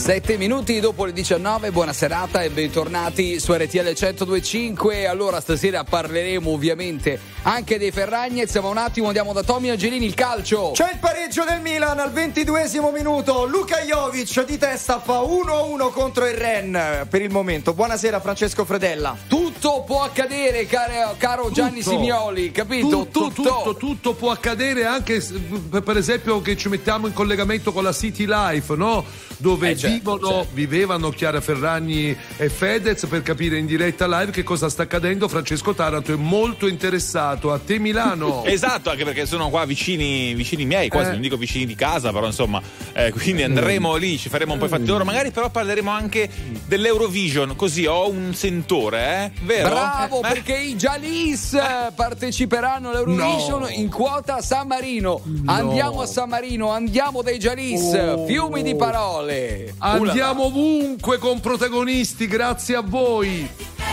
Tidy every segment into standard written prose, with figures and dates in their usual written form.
7 minuti dopo le 19, buona serata e bentornati su RTL 102.5. Allora stasera parleremo ovviamente anche dei Ferragnez, ma un attimo andiamo da Tommy Angelini, il calcio. C'è il pareggio del Milan al 22esimo minuto, Luka Jovic di testa fa 1-1 contro il Rennes per il momento. Buonasera Francesco Fredella. Tutto può accadere, caro Gianni Simioli, capito? Tutto può accadere, anche per esempio che ci mettiamo in collegamento con la City Life, no? Dove vivevano Chiara Ferragni e Fedez, per capire in diretta live che cosa sta accadendo. Francesco Taranto è molto interessato. A te Milano. Esatto, anche perché sono qua vicini miei, quasi non dico vicini di casa, però insomma quindi andremo lì, ci faremo un po' i fatti loro, magari però parleremo anche dell'Eurovision, così ho un sentore, vero? Bravo, perché i Jalis parteciperanno all'Eurovision in quota San Marino. Andiamo a San Marino, andiamo dai Jalis, fiumi di parole. Andiamo ovunque con protagonisti, grazie a voi.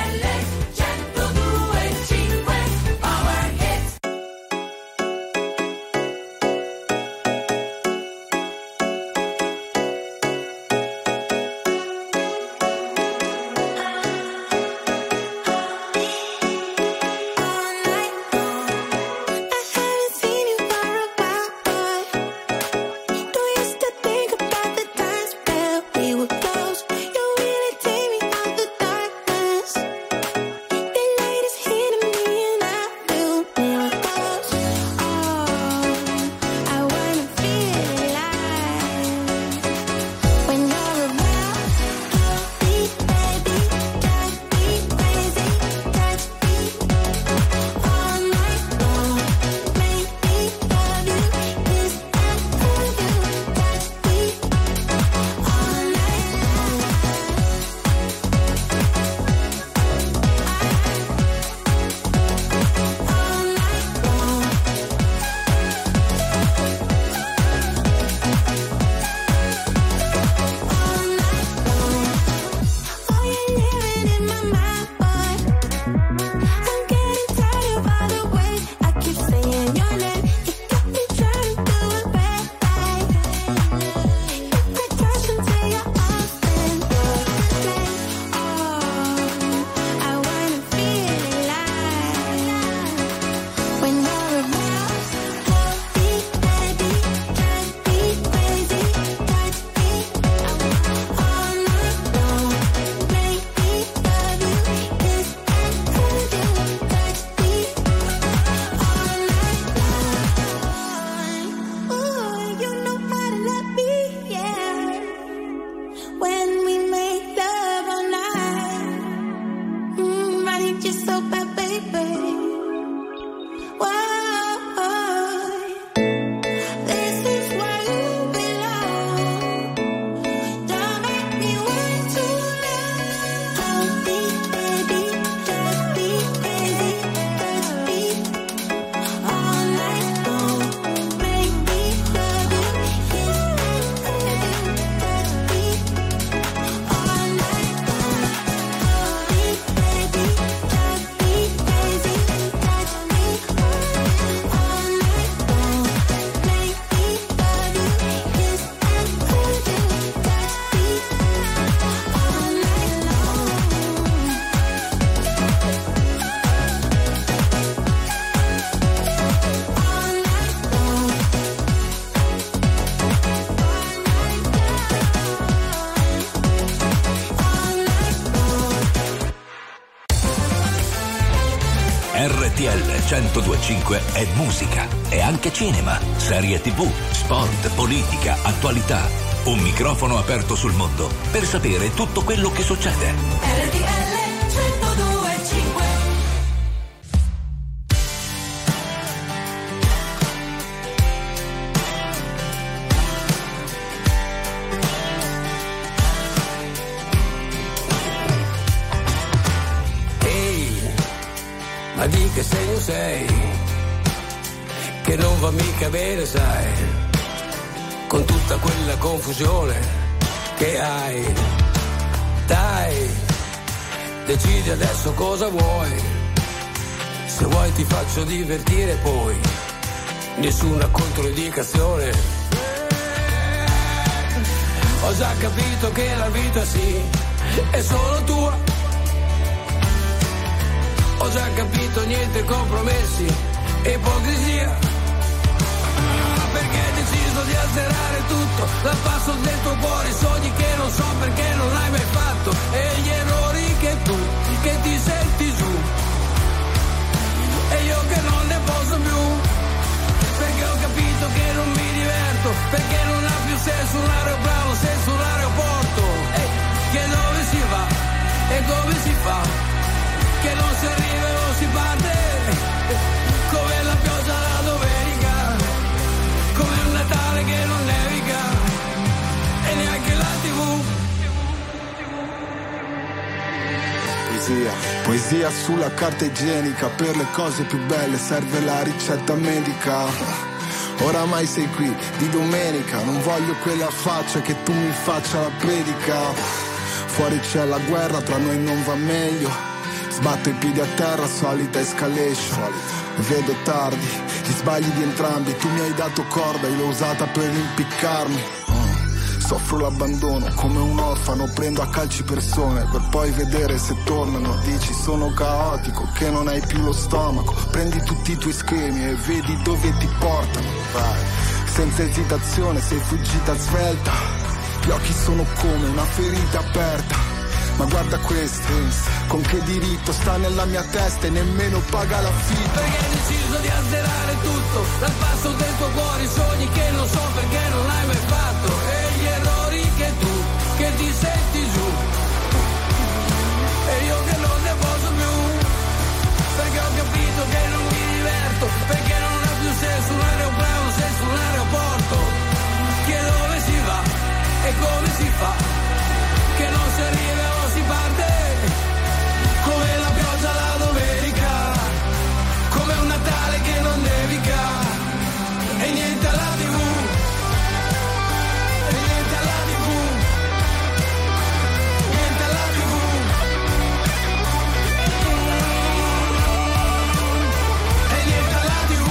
RTL 102.5 è musica, è anche cinema, serie TV, sport, politica, attualità. Un microfono aperto sul mondo per sapere tutto quello che succede. RTL 102.5. Ma di che segno sei? Che non va mica bene, sai, con tutta quella confusione che hai. Dai, decidi adesso cosa vuoi. Se vuoi ti faccio divertire poi, nessuna controindicazione. Ho già capito che la vita sì, è solo tua. Ho già capito niente compromessi, ipocrisia. Perché hai deciso di azzerare tutto, dal passo del tuo cuore, sogni che non so perché non l'hai mai fatto. E gli errori che tu, che ti senti giù. E io che non ne posso più, perché ho capito che non mi diverto, perché non ha più senso un aeroplano senza un aeroporto. Che dove si va e come si fa, che non si arriva e non si parte, come la pioggia la domenica, come un Natale che non nevica, e neanche la TV. Poesia sulla carta igienica, per le cose più belle serve la ricetta medica. Oramai sei qui di domenica, non voglio quella faccia che tu mi faccia la predica. Fuori c'è la guerra, tra noi non va meglio. Sbatto i piedi a terra, solita escalation. Vedo tardi, gli sbagli di entrambi. Tu mi hai dato corda, io l'ho usata per impiccarmi. Soffro l'abbandono come un orfano, prendo a calci persone per poi vedere se tornano. Dici sono caotico, che non hai più lo stomaco. Prendi tutti i tuoi schemi e vedi dove ti portano. Vai, senza esitazione sei fuggita svelta. Gli occhi sono come una ferita aperta. Ma guarda questo, con che diritto sta nella mia testa e nemmeno paga l'affitto. Perché hai deciso di azzerare tutto, dal passo del tuo cuore, sogni che non so perché non l'hai mai fatto. E gli errori che tu, che ti senti giù. E io che non ne posso più, perché ho capito che non mi diverto, perché non ha più senso un aeroplano senza un aeroporto. Che dove si va e come si fa, che non si arriva o si parte, come la pioggia la domenica, come un Natale che non nevica, e niente alla TV, e niente alla TV, niente alla TV, e niente alla TV.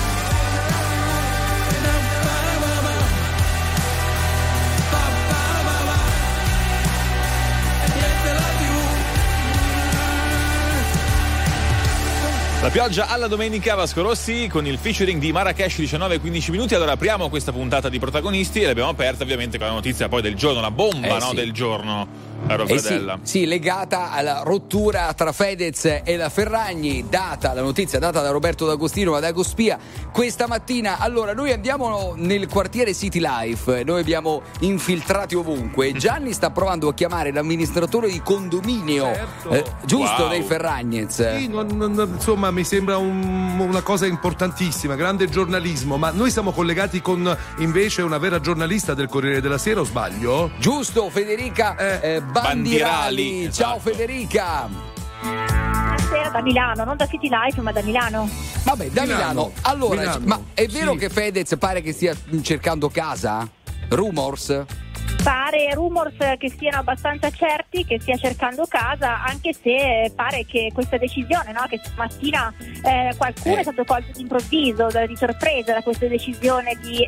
La pioggia alla domenica, Vasco Rossi con il featuring di Marrakesh 19-15 minuti. Allora apriamo questa puntata di protagonisti e l'abbiamo aperta ovviamente con la notizia poi del giorno, la bomba no, del giorno. Sì, legata alla rottura tra Fedez e la Ferragni, la notizia data da Roberto D'Agostino ad Agospia questa mattina. Allora, noi andiamo nel quartiere City Life, noi abbiamo infiltrati ovunque. Gianni sta provando a chiamare l'amministratore di condominio, giusto, dei Ferragnez. Sì, insomma, mi sembra una cosa importantissima, grande giornalismo, ma noi siamo collegati con invece una vera giornalista del Corriere della Sera, o sbaglio? Giusto, Federica Bandirali. Esatto. Ciao Federica. Buonasera, da Milano, non da City Life ma da Milano. Vabbè, da Milano. Allora, Milano. ma è vero Sì. che Fedez pare che stia cercando casa? Rumors? Pare rumors che siano abbastanza certi che stia cercando casa, anche se pare che questa decisione, no, che stamattina qualcuno è stato colto d'improvviso, di sorpresa da questa decisione di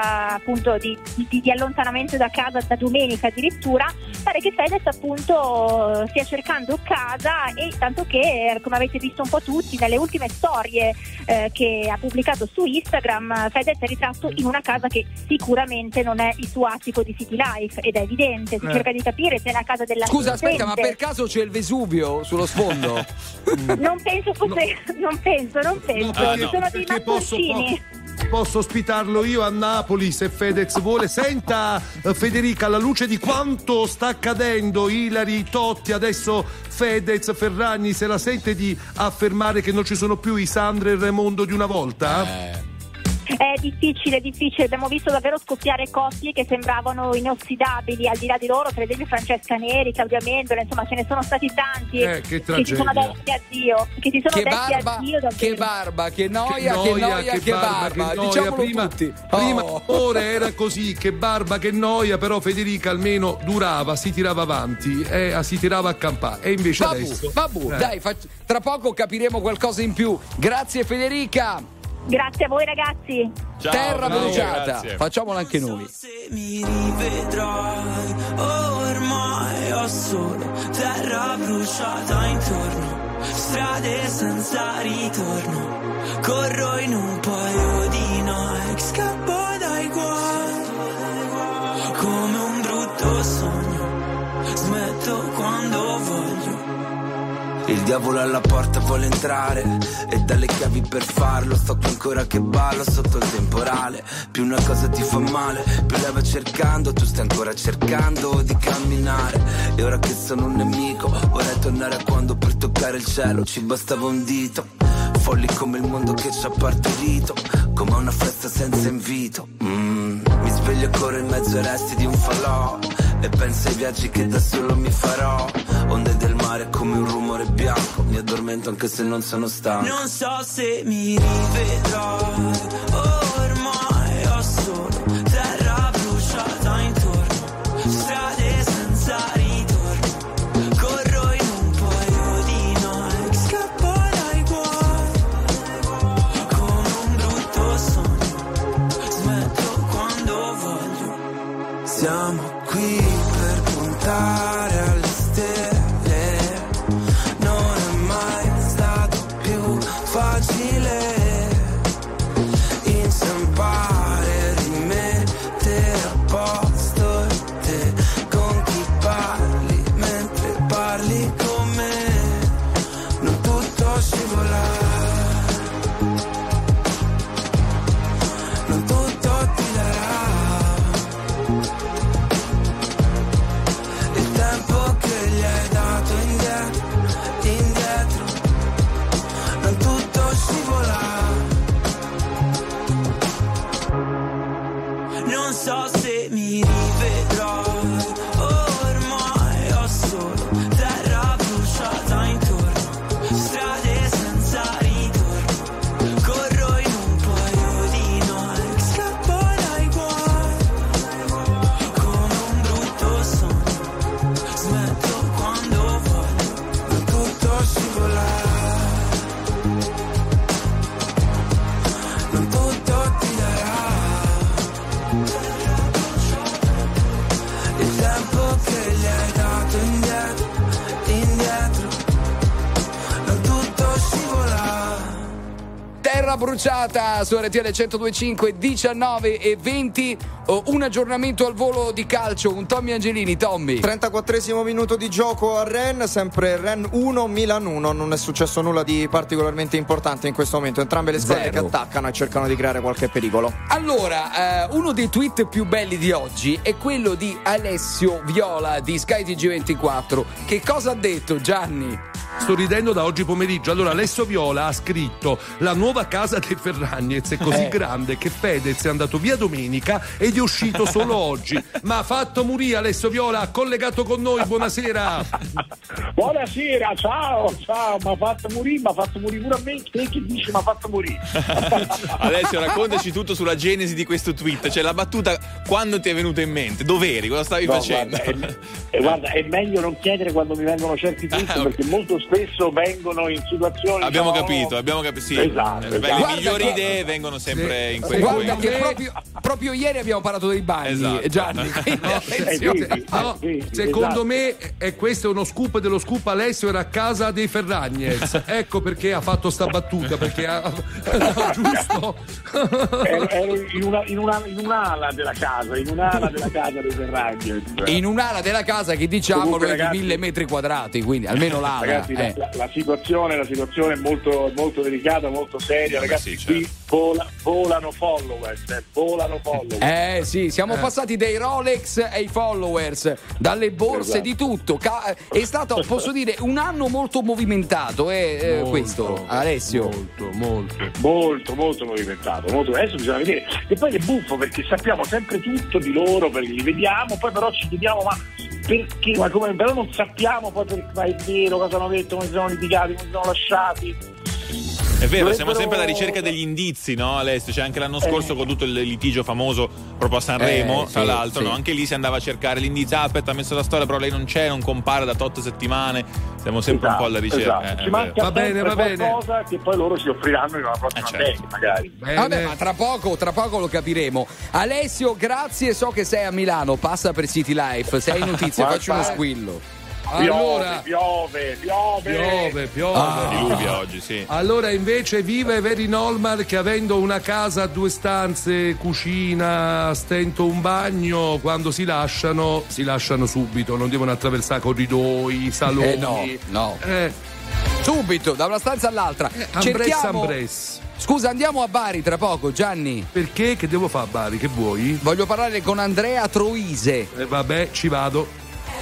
allontanamento da casa da domenica addirittura, pare che Fedez appunto stia cercando casa, e tanto che, come avete visto un po' tutti nelle ultime storie che ha pubblicato su Instagram, Fedez è ritratto in una casa che sicuramente non è il suo attico di City Life, ed è evidente, si cerca di capire se è la casa della Scusa, aspetta, ma per caso c'è il Vesuvio sullo sfondo? Non penso fosse, non penso. Ci sono dei mattoncini. Posso ospitarlo io a Napoli se Fedez vuole. Senta, Federica, alla luce di quanto sta accadendo, Ilari, Totti, adesso Fedez, Ferragni, se la sente di affermare che non ci sono più i Sandro e il Raimondo di una volta? È difficile, abbiamo visto davvero scoppiare coppie che sembravano inossidabili al di là di loro, per esempio Francesca Neri, Claudia Mendola, insomma ce ne sono stati tanti che che si sono detti addio, Che barba, che noia, diciamolo prima, tutti. Prima ora era così, che barba, che noia, però Federica almeno durava, si tirava avanti, si tirava a campare, e invece adesso dai, tra poco capiremo qualcosa in più. Grazie Federica. Grazie a voi ragazzi. Ciao, Terra ciao, bruciata, grazie. facciamola anche noi. Se mi rivedrai, ormai ho solo terra bruciata intorno, strade senza ritorno, corro in un paio di Nike, scappo dai guai, come un brutto sogno, smetto quando voglio. Il diavolo alla porta vuole entrare e dalle chiavi per farlo. Sto qui ancora che ballo sotto il temporale. Più una cosa ti fa male, più la vai cercando. Tu stai ancora cercando di camminare. E ora che sono un nemico vorrei tornare a quando per toccare il cielo ci bastava un dito. Folli come il mondo che ci ha partorito, come una festa senza invito. Mi sveglio e corro in mezzo ai resti di un falò e penso ai viaggi che da solo mi farò. Onde del mare come un rumore bianco, mi addormento anche se non sono stanco. Non so se mi rivedrai, ormai ho solo terra bruciata intorno, strade senza ritorno, corro in un paio di Nike, scappo dai guai, come un brutto sogno, smetto quando voglio. Siamo qui per puntare alle stelle, non è mai stato più facile inciampare, rimettere a posto te con chi parli mentre parli con me, non tutto scivola, non tutto ti darà il tempo che gli hai dato indietro, indietro, non tutto scivola. Non so se mi rivedrai, ormai ho solo terra bruciata intorno, strade senza ritorno, corro in un paio di Nike, scappo dai guai, come un brutto sogno, smetto quando voglio, non tutto scivola, non tutto ti darà il tempo che gli hai dato indietro, indietro, non tutto scivola. Terra bruciata su RTL 102.5, 19:20. Un aggiornamento al volo di calcio, un Tommy Angelini. Tommy, 34esimo minuto di gioco a Rennes, sempre Rennes 1, Milan 1. Non è successo nulla di particolarmente importante in questo momento. Entrambe le squadre che attaccano e cercano di creare qualche pericolo. allora, uno dei tweet più belli di oggi è quello di Alessio Viola di Sky TG24. Che cosa ha detto, Gianni? Sto ridendo da oggi pomeriggio. Allora, Alessio Viola ha scritto: la nuova casa dei Ferragnez è così grande che Fedez è andato via domenica ed è uscito solo oggi. Ma ha fatto morire Alessio Viola, ha collegato con noi, buonasera. Buonasera, ciao, mi ha fatto morire pure a me. Te che dici mi ha fatto morire? Alessio, raccontaci tutto sulla genesi di questo tweet, cioè la battuta, quando ti è venuta in mente, dov'eri, cosa stavi facendo? Guarda, è meglio non chiedere quando mi vengono certi tweet, perché molto spesso vengono in situazioni. Abbiamo capito, sì. Esatto. Le migliori idee vengono sempre in quei Guarda momenti. che proprio ieri abbiamo parlato dei bagni, Esatto. Gianni. Secondo me questo è uno scoop dello scoop. Alessio era a casa dei Ferragnez, ecco perché ha fatto sta battuta, perché giusto. Ero in un'ala della casa, dei Ferragnez. In un'ala della casa che diciamo Comunque, è di ragazzi, 1000 metri quadrati, quindi almeno l'ala. Ragazzi, la situazione è molto, molto delicata, molto seria, ragazzi. Sì, qui volano followers. Sì, siamo passati dai Rolex ai followers, dalle borse, esatto, di tutto. È stato, posso dire, un anno molto movimentato, molto, questo, Alessio. Molto movimentato. Adesso bisogna vedere. E poi è buffo perché sappiamo sempre tutto di loro, perché li vediamo, poi però ci chiediamo perché, ma come, però non sappiamo poi ma è vero cosa hanno detto, come si sono litigati, come si sono lasciati. È vero, siamo sempre alla ricerca degli indizi, no Alessio? C'è anche l'anno scorso con tutto il litigio famoso proprio a Sanremo, tra l'altro, no? Anche lì si andava a cercare l'indizi. Aspetta, ha messo la storia, però lei non c'è, non compare da tot settimane. Siamo sempre un po' alla ricerca. Ci manca va bene. qualcosa che poi loro si offriranno in una prossima serie, magari. Vabbè, ma tra poco lo capiremo. Alessio, grazie, so che sei a Milano, passa per City Life, se hai notizie facci uno squillo. Allora, piove. Diluvia oggi, sì. Allora invece vive Veri Nolmar che avendo una casa a 2 stanze, cucina, stento un bagno, quando si lasciano subito, non devono attraversare corridoi, saloni. No. Subito, da una stanza all'altra. Ambress. Scusa, andiamo a Bari tra poco, Gianni. Perché? Che devo fare a Bari? Che vuoi? Voglio parlare con Andrea Troise. Vabbè, ci vado.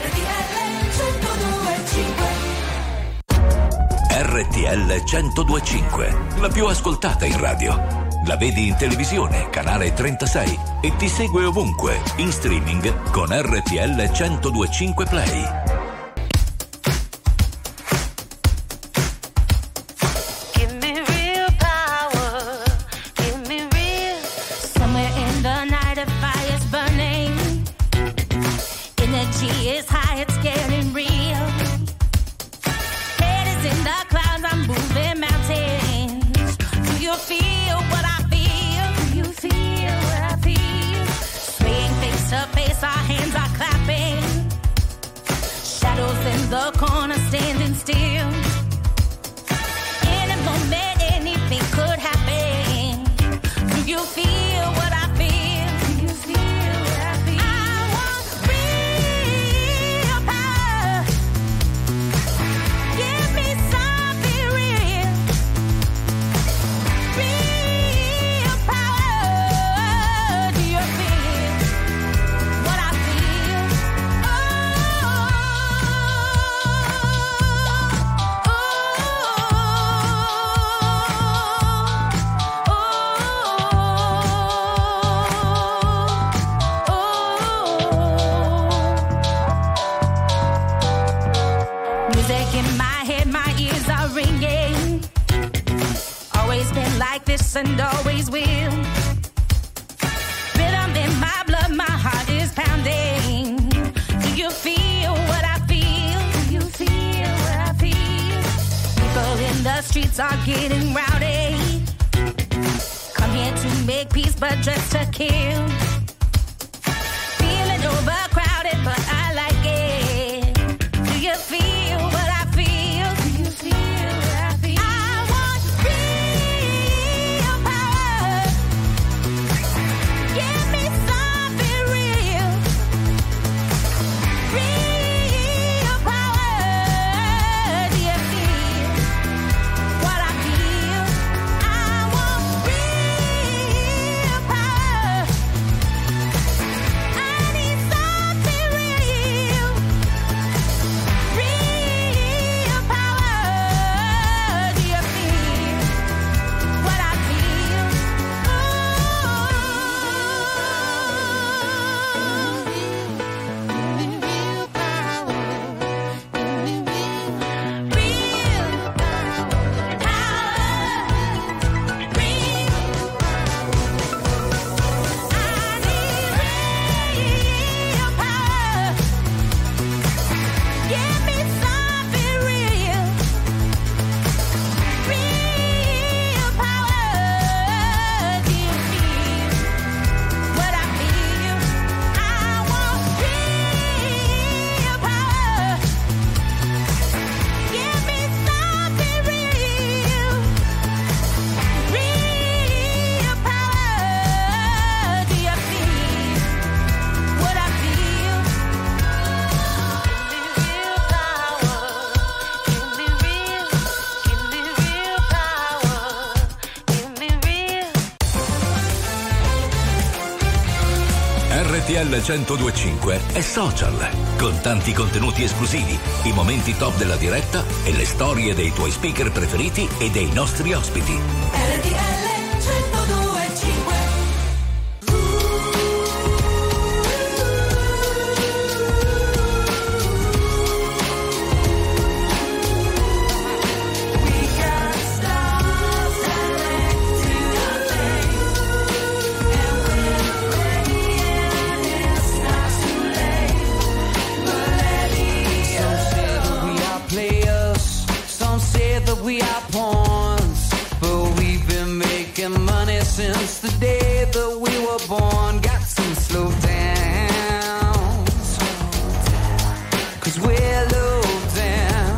RTL 102.5, la più ascoltata in radio. La vedi in televisione, canale 36 e ti segue ovunque, in streaming con RTL 102.5 Play. The corner standing still. Any moment, anything could happen. Do you feel what I feel? Do you feel what I feel? I want real power. Give me something real. Real power. Do you feel what I feel? And always will. Rhythm in my blood, my heart is pounding. Do you feel what I feel? Do you feel what I feel? People in the streets are getting rowdy. Come here to make peace, but just to kill. Feeling overcrowded, but I like it. Do you feel what I feel? Do you feel what I feel? I want real power. Give me something real. Real power. Do you feel what I feel? I want real power. I need something real. Real power. Do you feel what I feel? Real power. Real Give me something real. Real power. Do you feel what I feel? I want real power. Give me something real. Real power. Do you feel what I feel? Real power. Give me real. Give me real power. Give me real. RTL 102.5 è social, con tanti contenuti esclusivi, i momenti top della diretta e le storie dei tuoi speaker preferiti e dei nostri ospiti. RTL 102.5. We got stars since the day that we were born. Got some slow downs, 'cause we're low down.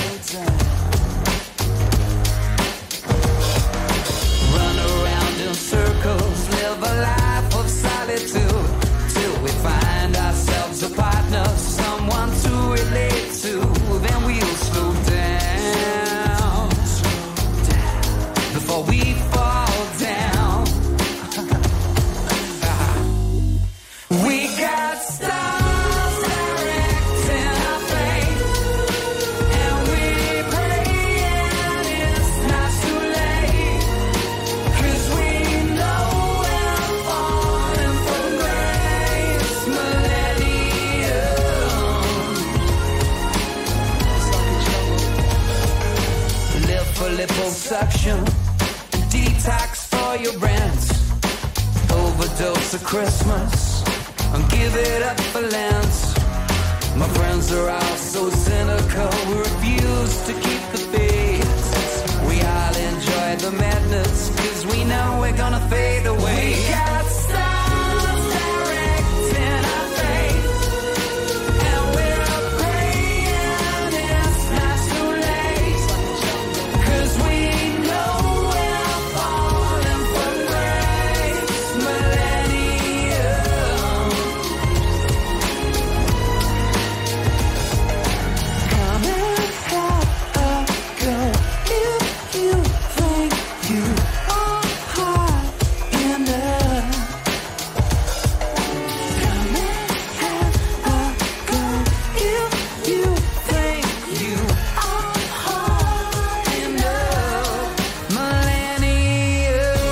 Run around in circles, live a life of solitude, till we find ourselves a partner, someone to relate to. Then we'll slow down before we fall down. We got stars directing our fate, and we praying it's not too late, 'cause we know we're falling from grace. Millennium. Live for liposuction, detox for your brands, overdose of Christmas, and give it up for Lent. My friends are all so cynical, we refuse to keep the faith. We all enjoy the madness, 'cause we know we're gonna fade away. We got stars directing our fate, and we're praying it's not too late, 'cause we know we're falling from grace. Millennium. Come and have a go if you think you are hot enough. Come and have a go if you think you are hot enough. Millennium.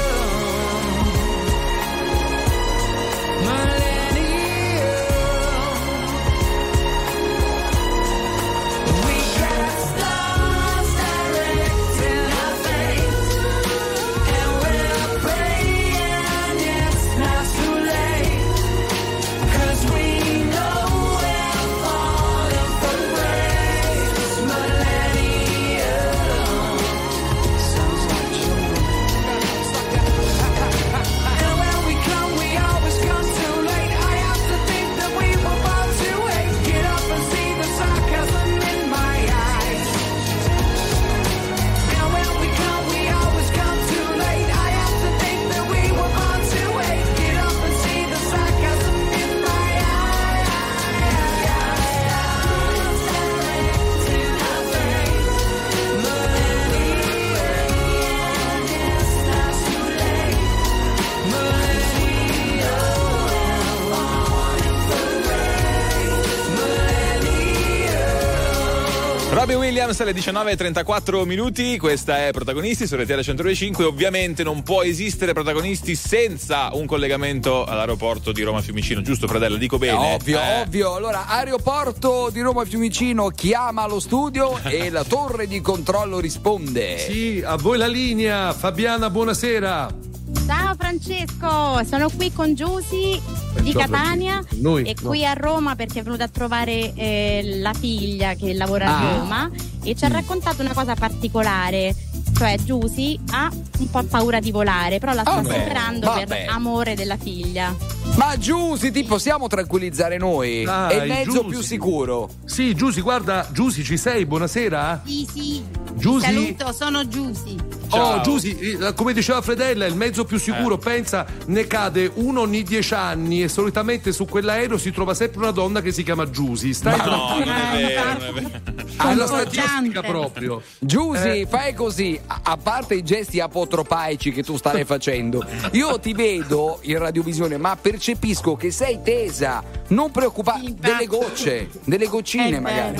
We got stars directing our fate, and we're praying it's not too late, 'cause we know we're falling from grace. Millennium. Sounds like children. And when we come, we always come too late. I have to think that we were born to hate. Get up and see the sarcasm in my eyes. And when we come, we always come too late. I have to think that we were born to hate. Get up and see the sarcasm in my eyes. Robbie Williams alle 19:34 minuti, questa è Protagonisti su RTL 102.5. Ovviamente non può esistere Protagonisti senza un collegamento all'aeroporto di Roma Fiumicino, giusto Pradella? Dico bene? Ovvio. Allora, aeroporto di Roma Fiumicino chiama allo studio e la torre di controllo risponde. Sì, a voi la linea. Fabiana, buonasera. Ciao Francesco, sono qui con Giusy di Catania e qui a Roma perché è venuta a trovare la figlia che lavora a Roma e ci ha raccontato una cosa particolare. Cioè Giusy ha un po' paura di volare, però la sta superando per amore della figlia. Ma Giusy, ti possiamo tranquillizzare noi? Dai, è il mezzo Giusy. più sicuro. Sì, Giusy, guarda, Giusy, ci sei? Buonasera. Sì. Giusy? Saluto, sono Giusy. Oh, Giusy, come diceva Fredella, è il mezzo più sicuro. Pensa, ne cade uno ogni 10 anni e solitamente su quell'aereo si trova sempre una donna che si chiama Giusy. Stai tranquillo. Non è vero. È la statistica proprio. Giusy, fai così, a parte i gesti apotropaici che tu stai facendo, io ti vedo in radiovisione, ma percepisco che sei tesa. Non preoccupare, delle goccine magari.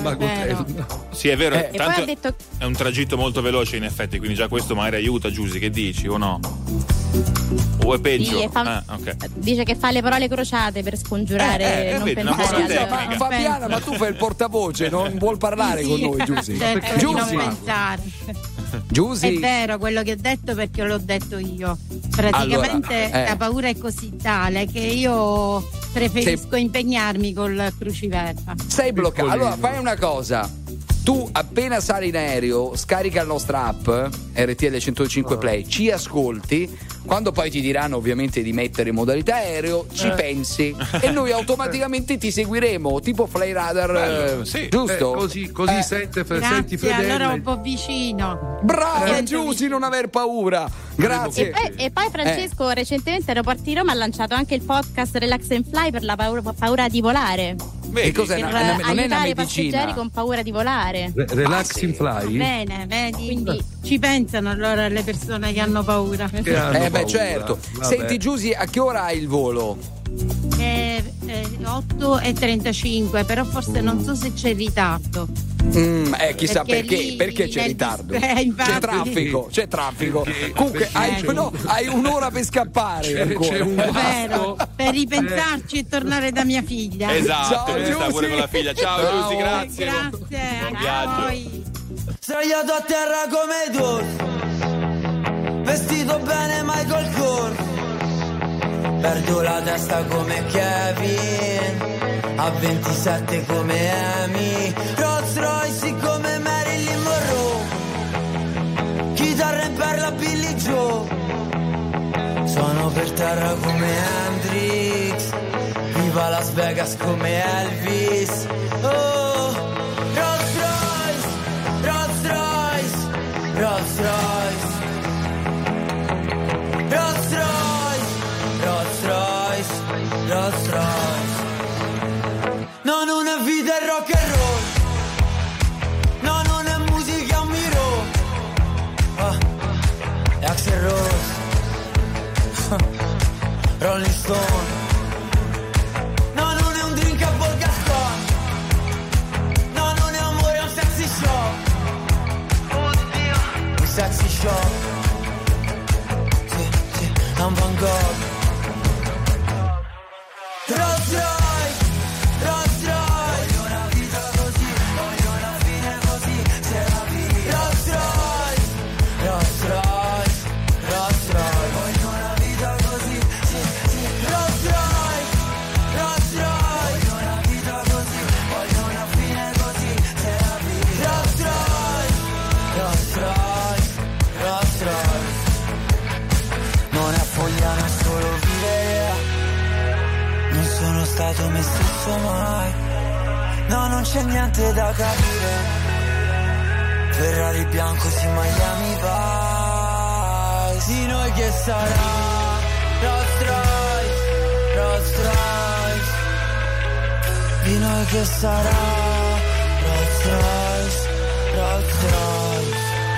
Sì, è vero, E poi tanto ha detto è un tragitto molto veloce in effetti, quindi già questo magari aiuta. Giusy, che dici o no? O è peggio? Sì, Okay. dice che fa le parole crociate per scongiurare, non vedi, una pensare cosa a tecnica. Fabiana, ma tu fai il portavoce, non vuol parlare con noi, Giusy. Cerco di non pensare. Giusy. È vero quello che ho detto perché l'ho detto io. Praticamente Allora, la paura è così tale che io preferisco impegnarmi col cruciverba. Sei bloccato. Allora fai una cosa. Tu appena sali in aereo, scarica la nostra app RTL 105 Play, ci ascolti, quando poi ti diranno ovviamente di mettere in modalità aereo, ci pensi e noi automaticamente ti seguiremo, tipo Fly Radar, sì. giusto? Così senti fedele. Allora un po' vicino. Brava Giusy, non aver paura. Grazie. E poi Francesco recentemente Aeroporti di Roma ha lanciato anche il podcast Relax and Fly per la paura di volare. Che cos'è? Per non è una aiutare i medicina. passeggeri con paura di volare. Relax in Fly? Bene, vedi, quindi ci pensano allora le persone che hanno paura. Certo. Vabbè. Senti Giusy, a che ora hai il volo? 8:35, però forse non so se c'è ritardo. Chissà perché c'è ritardo. C'è traffico. Comunque hai un'ora per scappare. C'è un Vero, per ripensarci e tornare da mia figlia. Esatto, Ciao, sta pure con la figlia. Ciao Giusy, grazie. Grazie, Buon viaggio. Sdraiato a terra come Dorf, vestito bene Michael Kors, perdo la testa come Kevin, a 27 come Amy, Rolls Royce come Marilyn Monroe, chitarra in perla Billy Joe, sono per terra come Hendrix, viva Las Vegas come Elvis, oh, Rolls Royce, Rolls Royce, Rolls Royce, Rolls Royce, Rolls Royce, Rolls Royce. No, non è vita è rock and roll. No, non è musica, è un miro. È Axl Rose, Rolling Stone. No, non è un drink a Volgaston. No, non è amore, è un sexy show. Oddio, un sexy show. Sì, è un Van Gogh. Rolls Royce, Rolls Royce. Voglio una vita così, voglio una fine così, se la vivi. Rolls Royce, Rolls Royce, Rolls Royce. Voglio una vita così, sì. Rolls Royce, Rolls Royce. Voglio una vita così, voglio una fine così, se la vivi. Rolls Royce, Rolls Royce, Rolls Royce. Non è fogliano, è solo vivere. Non sono stato me stesso mai. No, non c'è niente da capire. Ferrari bianco, sì, Miami Vice. Di noi che sarà Rolls Royce, Rolls Royce. Di noi che sarà Rolls Royce, Rolls Royce.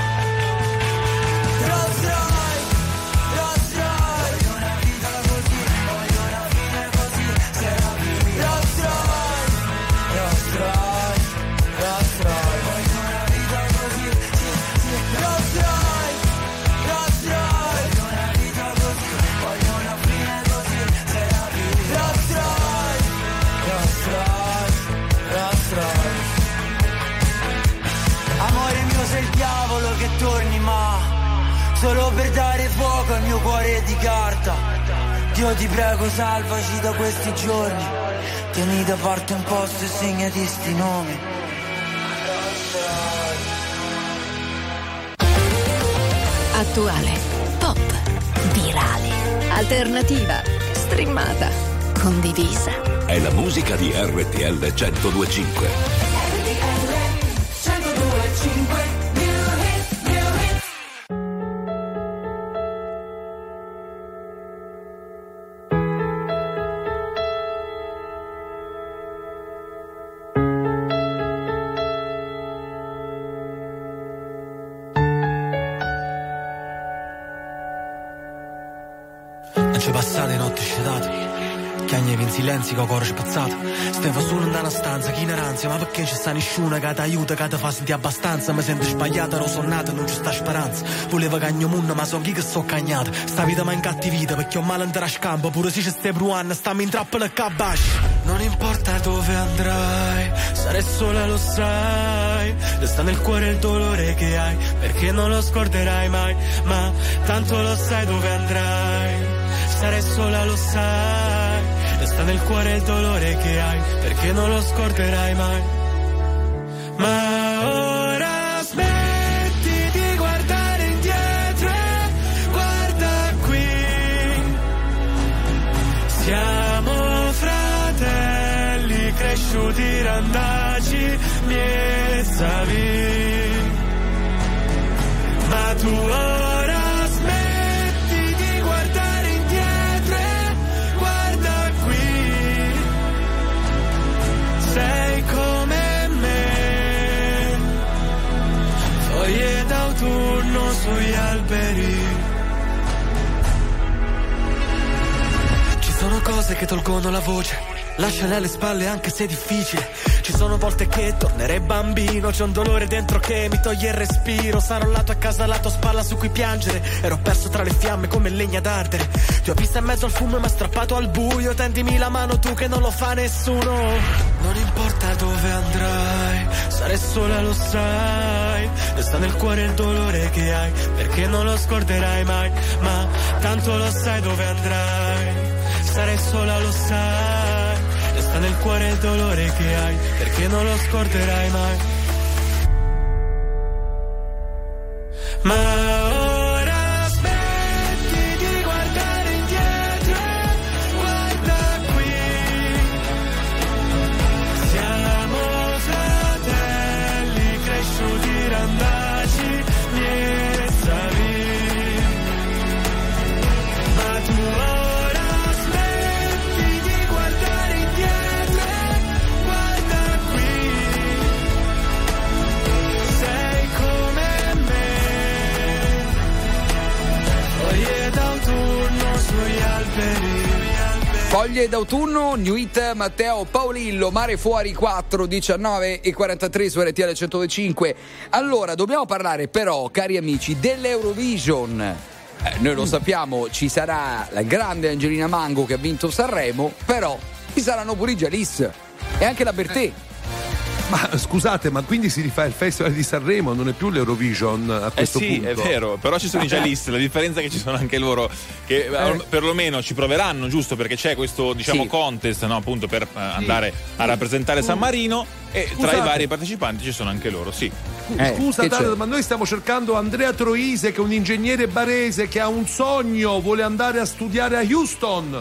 Rolls Royce, Rolls Royce. Voglio una vita così, voglio una fine così, se la vivi. Rolls Royce, Rolls Royce, Rolls Royce. Voglio una vita così, sì. Rolls Royce, Rolls Royce. Voglio una vita così, voglio una fine così, se la vivi. Rolls Royce, Rolls Royce, Rolls Royce. Amore mio, sei il diavolo che torni, ma solo per dare fuoco al mio cuore di carta. Dio ti prego, salvaci da questi giorni. Tieni da parte un posto e segnati sti nomi. Attuale, pop, virale, alternativa, streamata, condivisa. È la musica di RTL 102.5. Passate notti scetate, chiagnevi in silenzio con cuore spazzato. Stavo solo in una stanza, che ignoranza, ma perché c'è sta nessuno che ti aiuta, che ti fa sentire abbastanza. Mi sento sbagliata, ero sonnata, non c'è sta speranza. Volevo cagno munno, ma so chi che sto cagnata. Sta vita mi incattivita, perché ho male andare a scampo. Pure se c'è ste bruanne, stammi in trappola e cabasci. Non importa dove andrai, sarai sola, lo sai. Resta nel cuore il dolore che hai, perché non lo scorderai mai. Ma tanto lo sai dove andrai, sarai sola, lo sai. Resta nel cuore il dolore che hai, perché non lo scorderai mai. Ma ora smetti di guardare indietro. cresciuti randaci miesavi, ma tu ora smetti di guardare indietro e guarda qui, sei come me, foglie d'autunno sugli alberi. Sono cose che tolgono la voce, lasciale alle spalle anche se è difficile. Ci sono volte che tornerei bambino, c'è un dolore dentro che mi toglie il respiro. Sarò lato a casa, lato spalla su cui piangere, ero perso tra le fiamme come legna d'ardere. Ti ho vista in mezzo al fumo e mi ha strappato al buio, tendimi la mano tu che non lo fa nessuno. Non importa dove andrai, sarai sola lo sai, resta nel cuore il dolore che hai, perché non lo scorderai mai, ma tanto lo sai dove andrai. Sarai sola, lo sai, resta nel cuore il dolore che hai, perché non lo scorderai mai. Ma ora smetti di guardare indietro e guarda qui, siamo fratelli cresciuti randaci miesavi, ma tu Foglie d'autunno, New Hit, Matteo Paolillo, Mare Fuori 4, 19 e 43 su RTL 105. Allora, dobbiamo parlare però, cari amici, dell'Eurovision. Noi lo sappiamo, ci sarà la grande Angelina Mango che ha vinto Sanremo, però ci saranno pure i Jalis e anche la Bertè. Ma scusate, ma quindi si rifà il Festival di Sanremo, non è più l'Eurovision a questo sì, punto? È vero, però ci sono i Jalis, la differenza è che ci sono anche loro che perlomeno ci proveranno, giusto? Perché c'è questo, diciamo, contest, no? Appunto per andare a rappresentare San Marino, e tra i vari partecipanti ci sono anche loro, sì. Scusa Dario, ma noi stiamo cercando Andrea Troise, che è un ingegnere barese che ha un sogno, vuole andare a studiare a Houston.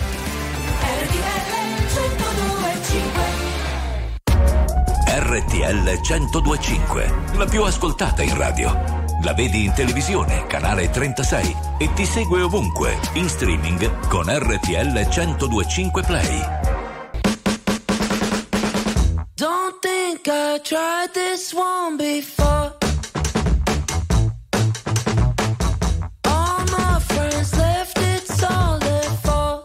RTL 102.5, la più ascoltata in radio. La vedi in televisione, canale 36, e ti segue ovunque, in streaming con RTL 102.5 Play. Don't think I tried this one before. All my friends left, it's all their fault.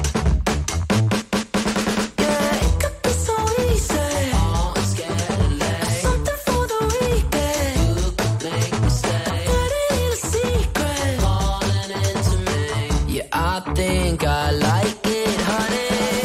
Yeah, it could be so easy. Something for the weekend. You could make mistakes. Got a little secret. Falling into me. Yeah, I think I like it, honey.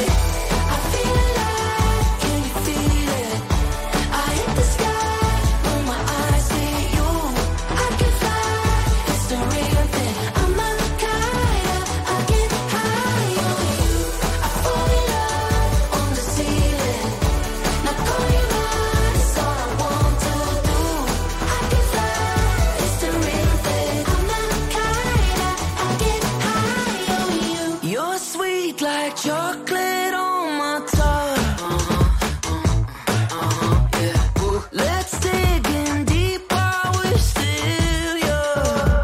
Chocolate on my tongue. Yeah. Let's dig in deep while we're still young.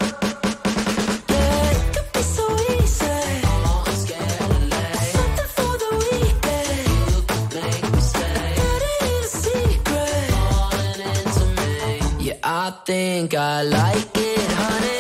Yeah, it could be so easy. Something for the weekend. You could make mistakes. Got a little secret. Falling into me. Yeah, I think I like it, honey.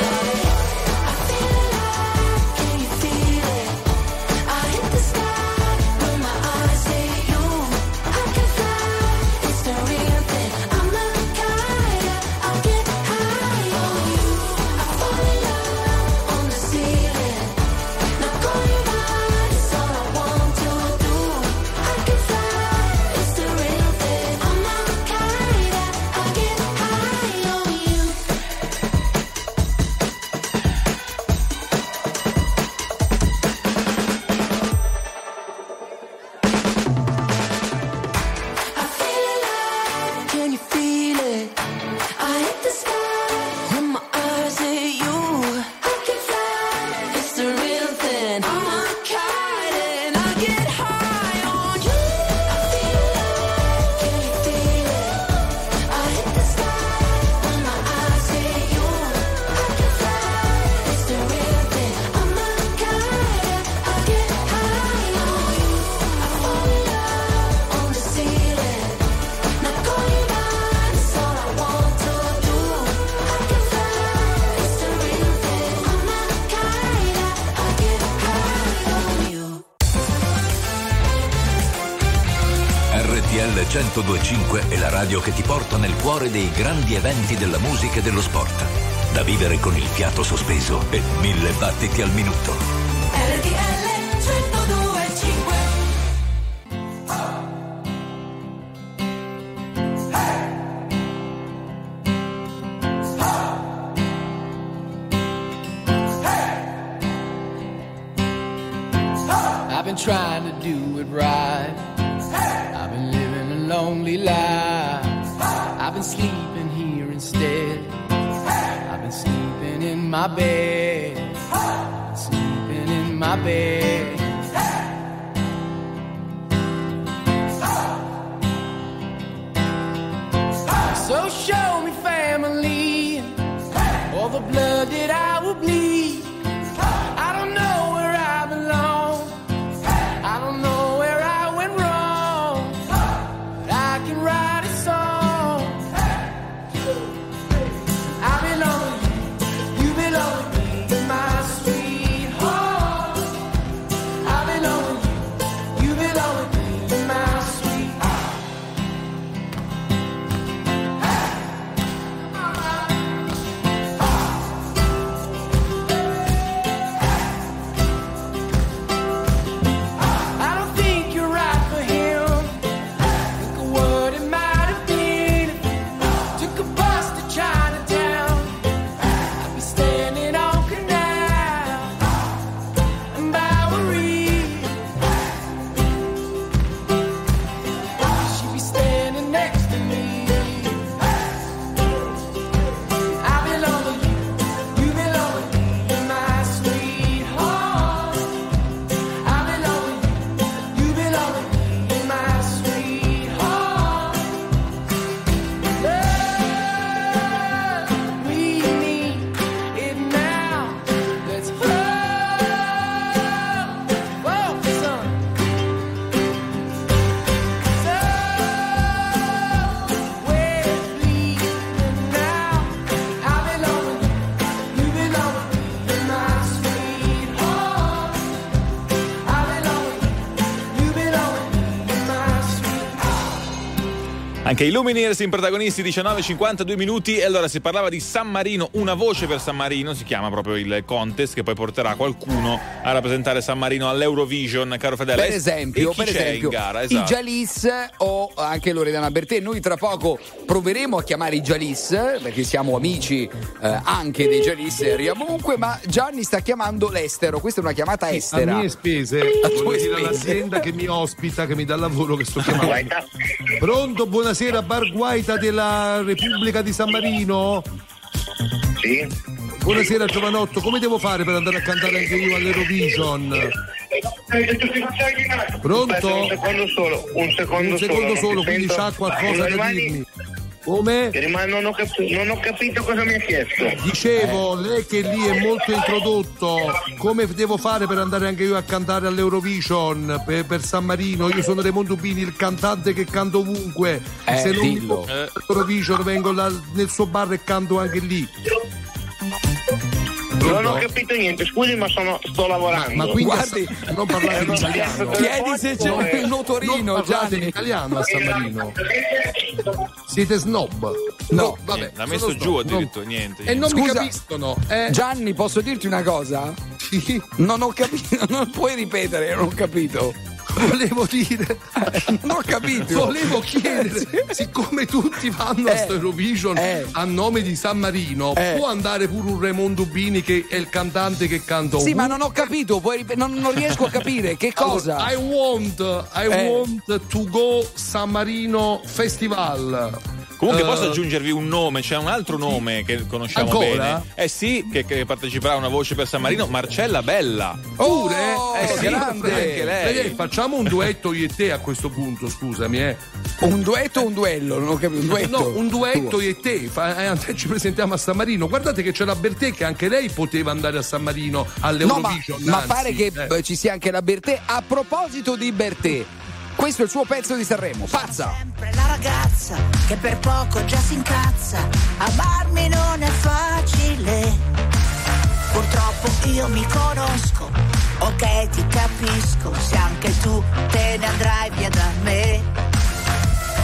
102.5 è la radio che ti porta nel cuore dei grandi eventi della musica e dello sport. Da vivere con il fiato sospeso e 1000 battiti al minuto. RTL 102.5. I've been trying to do it right. I've been living a lonely life. I've been sleeping here instead. I've been sleeping in my bed. Sleeping in my bed. So show me family, all the blood that I will bleed. I don't know where I belong. I don't know where I went wrong. But I can write a song. I belong with you, you belong with me, my sweetheart. I belong with you, you belong with me, my sweetheart. I don't think you're right for him. Think of what it might have been. Took a bus to Chinatown. I'd be standing on Canal and Bowery. She'd be standing next to me. I belong with you, you belong with me, my sweetheart. I belong with you, you belong with me, my sweetheart. Love, we need it now. Let's focus on where it's bleeding now. I belong with you, you belong with me, my sweetheart. I belong with you, you belong with me, my sweetheart. Anche i Lumineers in protagonisti, 19:52 minuti. E allora si parlava di San Marino, una voce per San Marino, si chiama proprio il contest che poi porterà qualcuno a rappresentare San Marino all'Eurovision, caro Fedele. Per esempio, E chi c'è in gara? i Esatto. Jalis o anche Loredana Bertè. Noi tra poco proveremo a chiamare i Jalis perché siamo amici anche dei Jalis e arriviamo ovunque, ma Gianni sta chiamando l'estero. Questa è una chiamata estera. A mie spese, A tue voglio dire spese. all'azienda che mi ospita, che mi dà lavoro, che sto chiamando. Pronto, buonasera, Bar Guaita della Repubblica di San Marino? Sì. Buonasera giovanotto, come devo fare per andare a cantare anche io all'Eurovision? Pronto? Aspetta, un secondo solo. Quindi c'ha qualcosa da dirmi. Come? Non ho capito cosa mi ha chiesto. Dicevo, lei che lì è molto introdotto, come devo fare per andare anche io a cantare all'Eurovision per San Marino? Io sono Raimondo Bini, il cantante che canto ovunque. Se non mi può all'Eurovision vengo là nel suo bar e canto anche lì. Non ho capito niente, scusi, ma sto lavorando. Ma quindi non parlare in italiano. Chiedi se c'è un notorino. Non parlate in Gianni. italiano a San Marino. Siete snob? No, vabbè. L'ha messo giù addirittura, niente. E non mi Scusa, capiscono. Gianni, posso dirti una cosa? Sì. Non ho capito, non puoi ripetere, non ho capito. Volevo dire, non ho capito. Volevo chiedere, siccome tutti vanno a sto Eurovision a nome di San Marino, può andare pure un Raimondo Bini che è il cantante che canta Sì, ma non ho capito, non riesco a capire che cosa. Allora, I want to go San Marino Festival. Comunque posso aggiungervi un nome, c'è un altro nome che conosciamo Ancora? bene. Sì, che parteciperà a una voce per San Marino, Marcella Bella. Pure? Sì, grande. anche lei. Facciamo un duetto io e te a questo punto, scusami. Un duetto o un duello? Non ho capito. Un duetto? No, un duetto io e te. Ci presentiamo a San Marino. Guardate che c'è la Bertè che anche lei poteva andare a San Marino all'Eurovision. No, ma pare che ci sia anche la Bertè. A proposito di Bertè, questo è il suo pezzo di Sanremo, Pazza. Sempre la ragazza che per poco già si incazza. Amarmi non è facile. Purtroppo io mi conosco. Ok, ti capisco. Se anche tu te ne andrai via da me.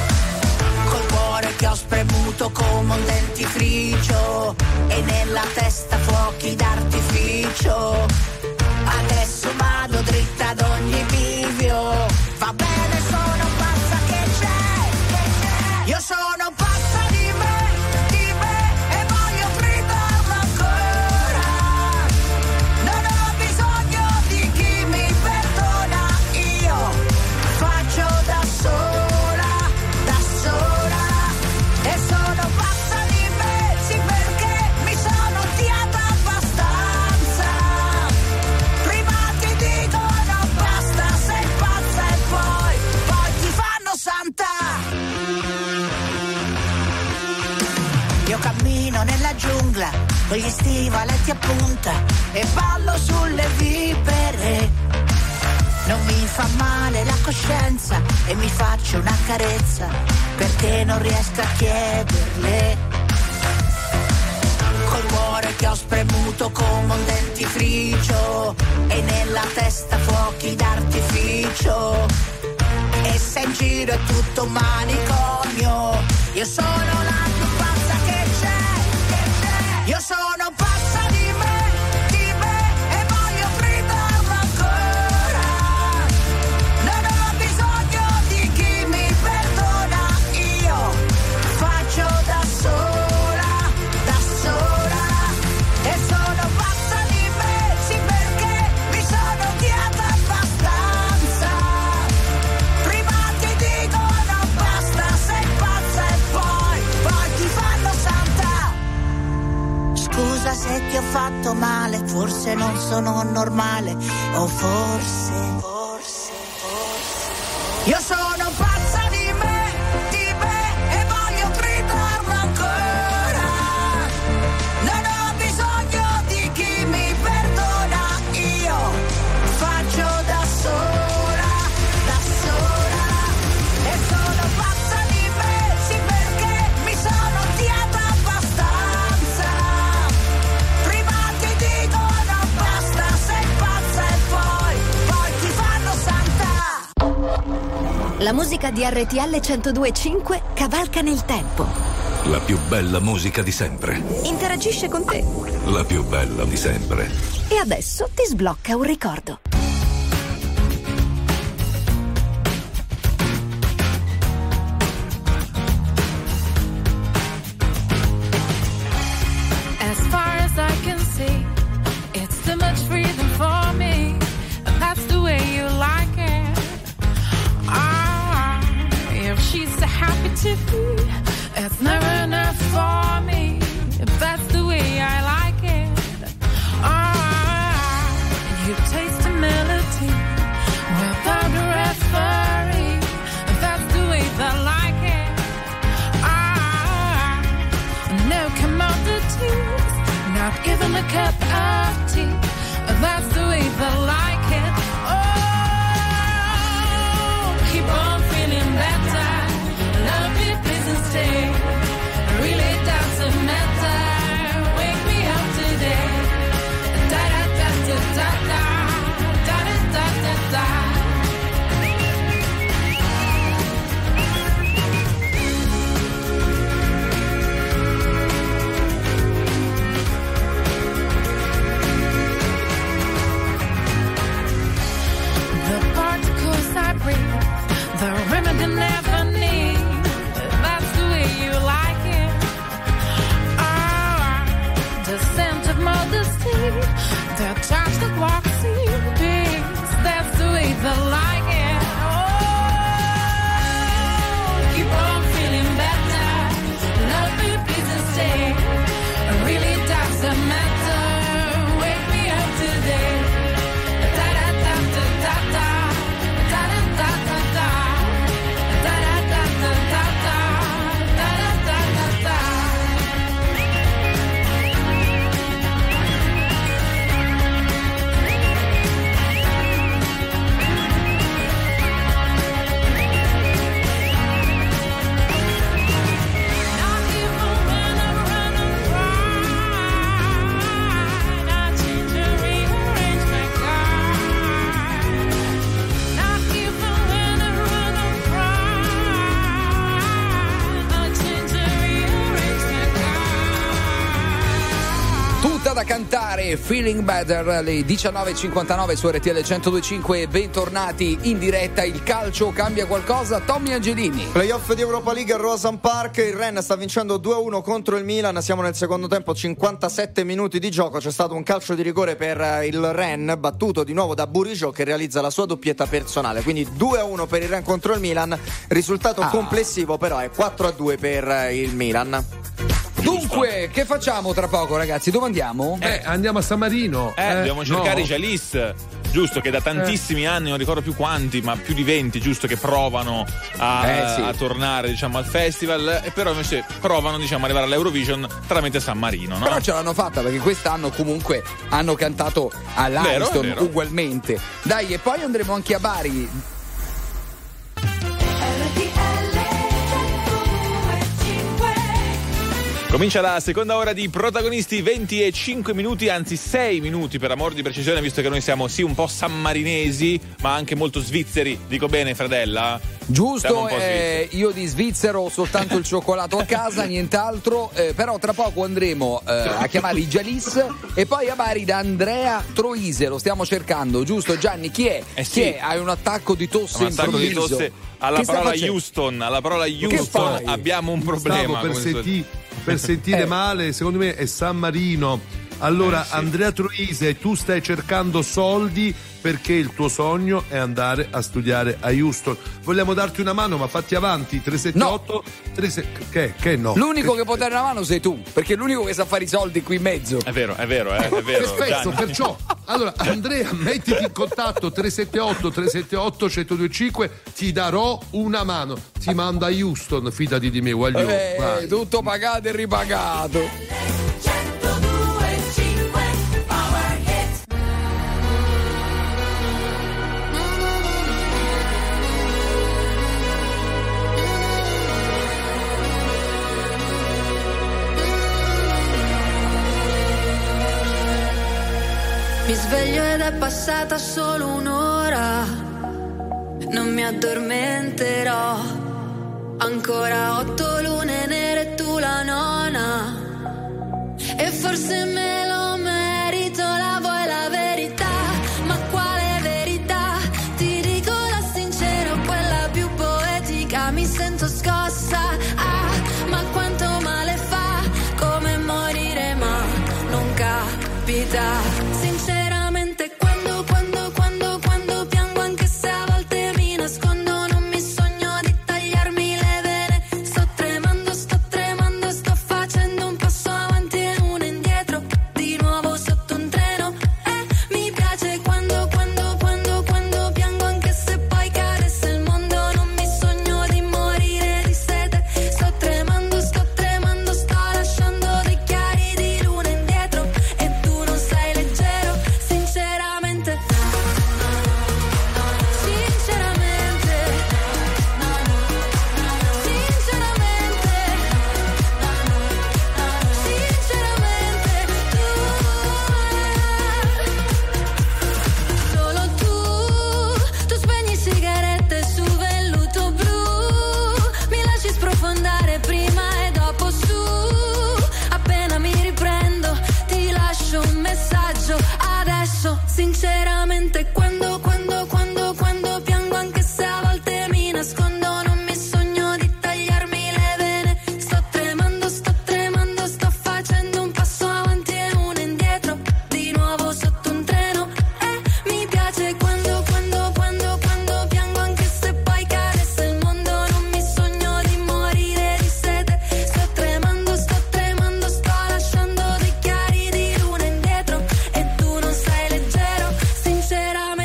che ho spremuto come un dentifricio e nella testa fuochi d'artificio. Adesso vado dritta ad ogni bivio. Va bene, sono pazza, che c'è? Io sono pazza di me e voglio gridarlo ancora. Non ho bisogno di chi mi perdona, io faccio da sola, e sono pazza di me, sì, perché mi sono odiata abbastanza. Prima ti dicono basta, sei pazza e poi ti fanno santa. Io cammino nella giungla con gli stivaletti a punta e ballo sulle vipere. Non mi fa male la coscienza e mi faccio una carezza perché non riesco a chiederle. Col cuore che ho spremuto come un dentifricio e nella testa fuochi d'artificio. E se in giro è tutto un manicomio, io sono la più pazza che c'è. Io sono pazza di me e voglio gridarlo ancora. Non ho bisogno di chi mi perdona, io faccio da sola, e sono pazza di me, sì, perché mi sono odiata abbastanza. Prima ti dicono basta, sei pazza e poi ti fanno santa. Scusa se ti ho fatto male, forse non sono normale, o forse io sono pazza di me e voglio gridarlo ancora. Non ho bisogno di chi mi perdona, io faccio da sola, e sono pazza di me, sì, perché mi sono odiata abbastanza. Prima ti dicono basta, sei pazza e poi ti fanno santa. La musica di RTL 102.5 cavalca nel tempo. La più bella musica di sempre. Interagisce con te. La più bella di sempre. E adesso ti sblocca un ricordo. As far as I can see, it's too much freedom for me. And that's the way you like it. If she's so happy to be, it's never enough for me. If that's the way I like it. You taste the melody without a referee. If that's the way they like it. No commodities, not given a cup of tea. If that's the way they like it. Oh, keep on feeling better. Love me, please, and stay. Really doesn't matter. Wake me up today. Da da da da da da da da da da. The particles I breathe, the remedy never need. That's the way you like it. The scent of modesty, the touch that walks in peace. That's the way they like it. Oh, keep on feeling better. Love me, please, and stay. It really doesn't matter. Wake me up today. Da da da da da da. Da da da da da. Da da da da da da. Da da da da da. e Feeling Better, alle 19.59 su RTL 102.5. Bentornati in diretta. Il calcio cambia qualcosa? Tommy Angelini. Playoff di Europa League a Roazhon Park, il Rennes sta vincendo 2-1 contro il Milan, siamo nel secondo tempo, 57 minuti di gioco, c'è stato un calcio di rigore per il Rennes, battuto di nuovo da Bourigeaud che realizza la sua doppietta personale, quindi 2-1 per il Rennes contro il Milan, risultato complessivo però è 4-2 per il Milan. Dunque, che facciamo tra poco, ragazzi? Dove andiamo? Andiamo a San Marino. Dobbiamo cercare i Jalis, giusto, che da tantissimi anni, non ricordo più quanti, ma più di 20, giusto, che provano a tornare, diciamo, al festival, e però invece provano, diciamo, ad arrivare all'Eurovision tramite San Marino, no? Però ce l'hanno fatta, perché quest'anno comunque hanno cantato all'Ariston ugualmente. Dai, e poi andremo anche a Bari. Comincia la seconda ora di Protagonisti, 20 e 5 minuti, anzi 6 minuti per amor di precisione, visto che noi siamo sì un po' sammarinesi, ma anche molto svizzeri. Dico bene, fratella? Giusto, io di svizzero ho soltanto il cioccolato a casa, nient'altro, però tra poco andremo a chiamare i Jalis e poi a Bari da Andrea Troise, lo stiamo cercando, giusto Gianni? Chi è? Sì. Chi è? Hai un attacco di tosse improvviso? Di tosse alla parola Houston, abbiamo un problema. Per sentire male, secondo me è San Marino. Allora, Andrea Troise, tu stai cercando soldi perché il tuo sogno è andare a studiare a Houston. Vogliamo darti una mano, ma fatti avanti. 378 Che no? L'unico che può dare una mano sei tu, perché è l'unico che sa fare i soldi qui in mezzo. È vero. Perfetto, perciò. Allora, Andrea, mettiti in contatto 378 1025, ti darò una mano. Ti mando a Houston, fidati di me, guaglione. Tutto pagato e ripagato. Mi sveglio ed è passata solo un'ora, non mi addormenterò. Ancora 8 lune nere e tu la nona, e forse me lo merito, la vuoi la verità? Ma quale verità? Ti dico la sincera, quella più poetica, mi sento scossa, ma quanto male fa, come morire ma non capita. Sinceramente quando piango, anche se a volte mi nascondo, non mi sogno di tagliarmi le vene. Sto tremando, sto facendo un passo avanti e uno indietro, di nuovo sotto un treno. Mi piace quando piango, anche se poi cadesse il mondo, non mi sogno di morire di sete. Sto tremando, sto lasciando dei chiari di luna indietro, e tu non sei leggero. Sinceramente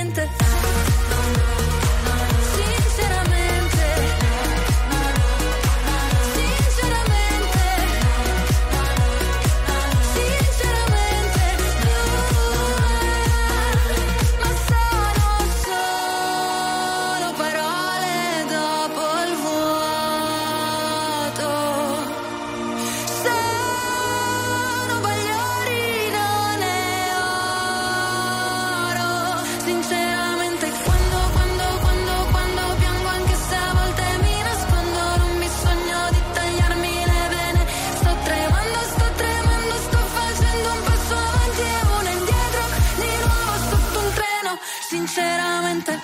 no, sinceramente.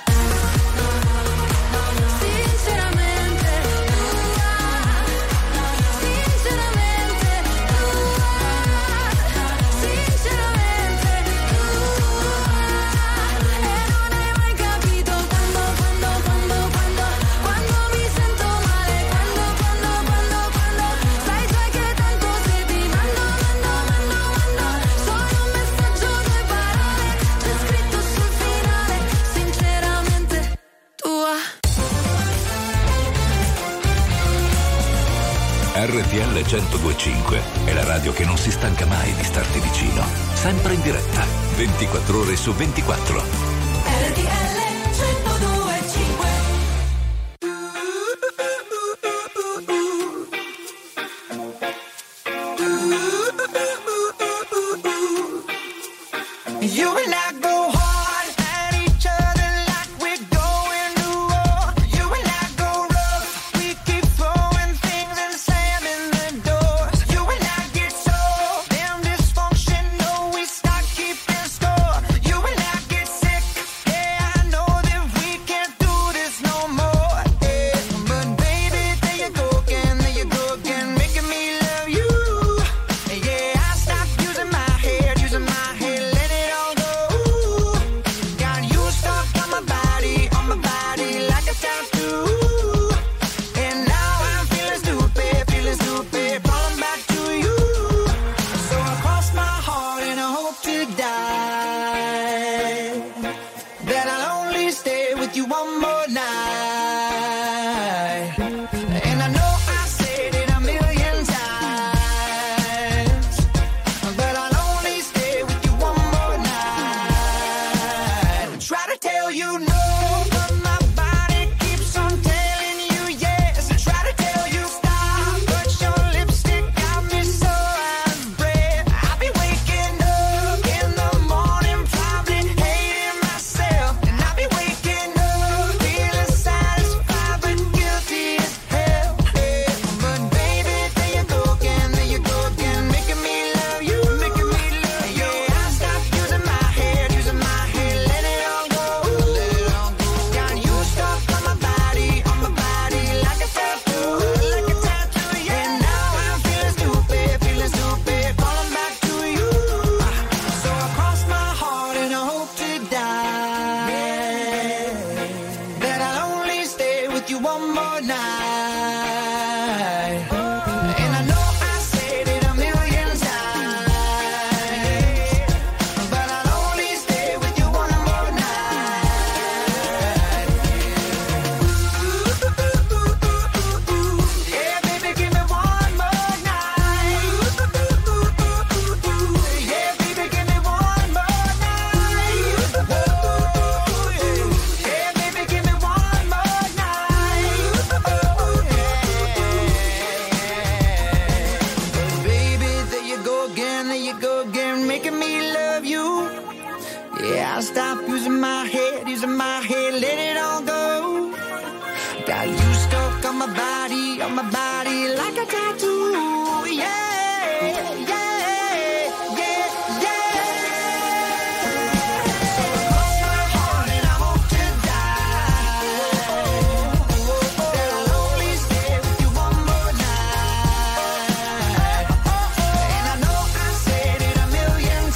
RTL 102.5 è la radio che non si stanca mai di starti vicino, sempre in diretta, 24 ore su 24. RTL 102.5. You and I go hard at each other like we're going to war. You and I go rough, we keep throwing things and slamming the doors. You and I get so damn dysfunctional, we start keeping score. You and I get sick, yeah, I know that we can't do this no more. Yeah. But baby, there you go again, making me love you. Yeah, I stopped using my head, let it all go. Got you stuck on my body like a tattoo. And now I'm feeling stupid, falling back to you. So I cross my heart and I hope to die, that I'll only stay with you one more night. And I know I said it a million times, but I'll only stay with you one more night. Try to tell you no, but my body keeps on telling you yes. Try to tell you stop, but your lipstick got me so out of breath. I'll be waking up in the morning, probably hating myself. And I'll be waking up feeling satisfied but guilty as hell. But baby, there you go again, making me love you. Yeah, I stopped using my head, let it all go. Got you stuck on my body like a tattoo, yeah. And now I'm feeling stupid, falling back to you. So I cross my heart and I hope to die, that I'll only stay with you one more night. And I know I said it a million times, but I'll only stay with you one more night. Yeah, baby, give me one more night. Yeah, baby, give me one more night. Yeah, baby, give me one more night. Baby, there you go again, making me love you. Yeah, I'll stop using my head, let it all go. Got you stuck on my body like a tattoo, yeah, yeah, yeah, yeah. So I cross my heart and I hope to die, that I'll only stay with you one more night. And I know I said it a million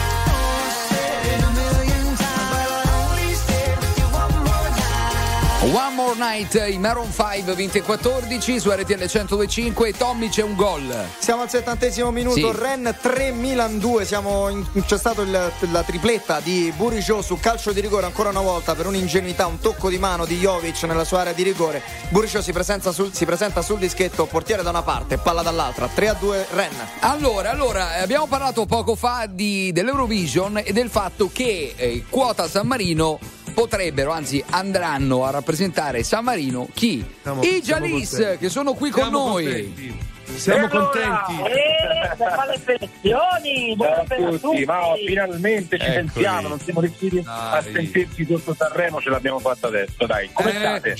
times, but I'll only stay with you one more night. One More Night, i Maroon 5, 2014 su RTL 102.5. Tommy, c'è un gol. Siamo al 70° minuto, Sì. Rennes 3 Milan 2. C'è stato la tripletta di Bourigeaud su calcio di rigore ancora una volta per un'ingenuità, un tocco di mano di Jovic nella sua area di rigore. Bourigeaud si presenta sul dischetto, portiere da una parte, palla dall'altra, 3-2 Rennes. Allora, abbiamo parlato poco fa dell'Eurovision e del fatto che Quota San Marino potrebbero, anzi andranno a rappresentare San Marino chi? I Jalis, che sono qui con noi. Contenti. Siamo contenti. Alle selezioni, buonasera a tutti. Ma finalmente ci sentiamo, non siamo riusciti a sentirci sotto Sanremo, ce l'abbiamo fatta adesso, dai. Come state?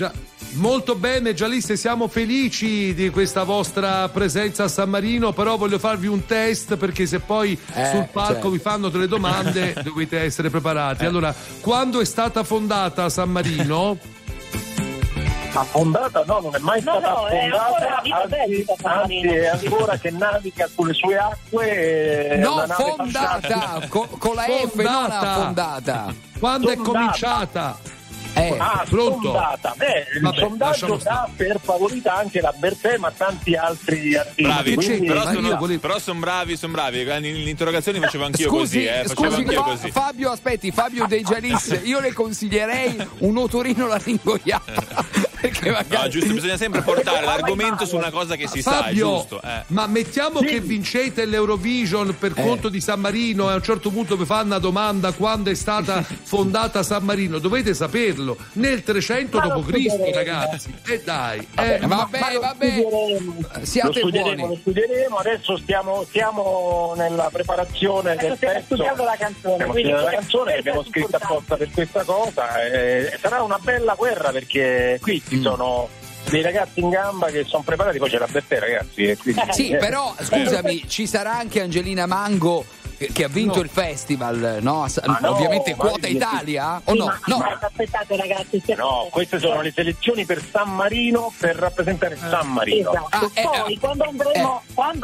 Molto bene, gialliste, siamo felici di questa vostra presenza a San Marino, però voglio farvi un test, perché se poi sul palco vi fanno delle domande dovete essere preparati. Allora, quando è stata fondata San Marino? Affondata? No, non è mai stata affondata, anzi è ancora che naviga sulle sue acque. No, fondata, con la F, non affondata. Quando è cominciata? Pronto? Sondata. Il sondaggio dà per favorita anche la Bertè, ma tanti altri artisti. Bravi, quindi... però sono bravi. L'interrogazione facevo anch'io così. Fabio, aspetti, Fabio dei Jalis, io le consiglierei un otorino laringoiata. Perché magari... No, giusto, bisogna sempre portare l'argomento su una cosa che si sa, è giusto. Ma mettiamo che vincete l'Eurovision per conto di San Marino e a un certo punto vi fanno una domanda: quando è stata fondata San Marino? Dovete saperlo. Nel 300 d.C., ragazzi. E dai. Vabbè. Siate buoni. Lo studieremo. Adesso stiamo nella preparazione del pezzo. Stiamo la canzone. Che abbiamo scritto apposta per questa cosa. Sarà una bella guerra, perché qui ci sono dei ragazzi in gamba che sono preparati, poi c'è la Bertè, ragazzi. E quindi, sì, però scusami, ci sarà anche Angelina Mango che ha vinto il festival, no? Ovviamente quota Italia o no? Aspettate ragazzi, no, queste sono le selezioni per San Marino, per rappresentare San Marino. Esatto. Poi quando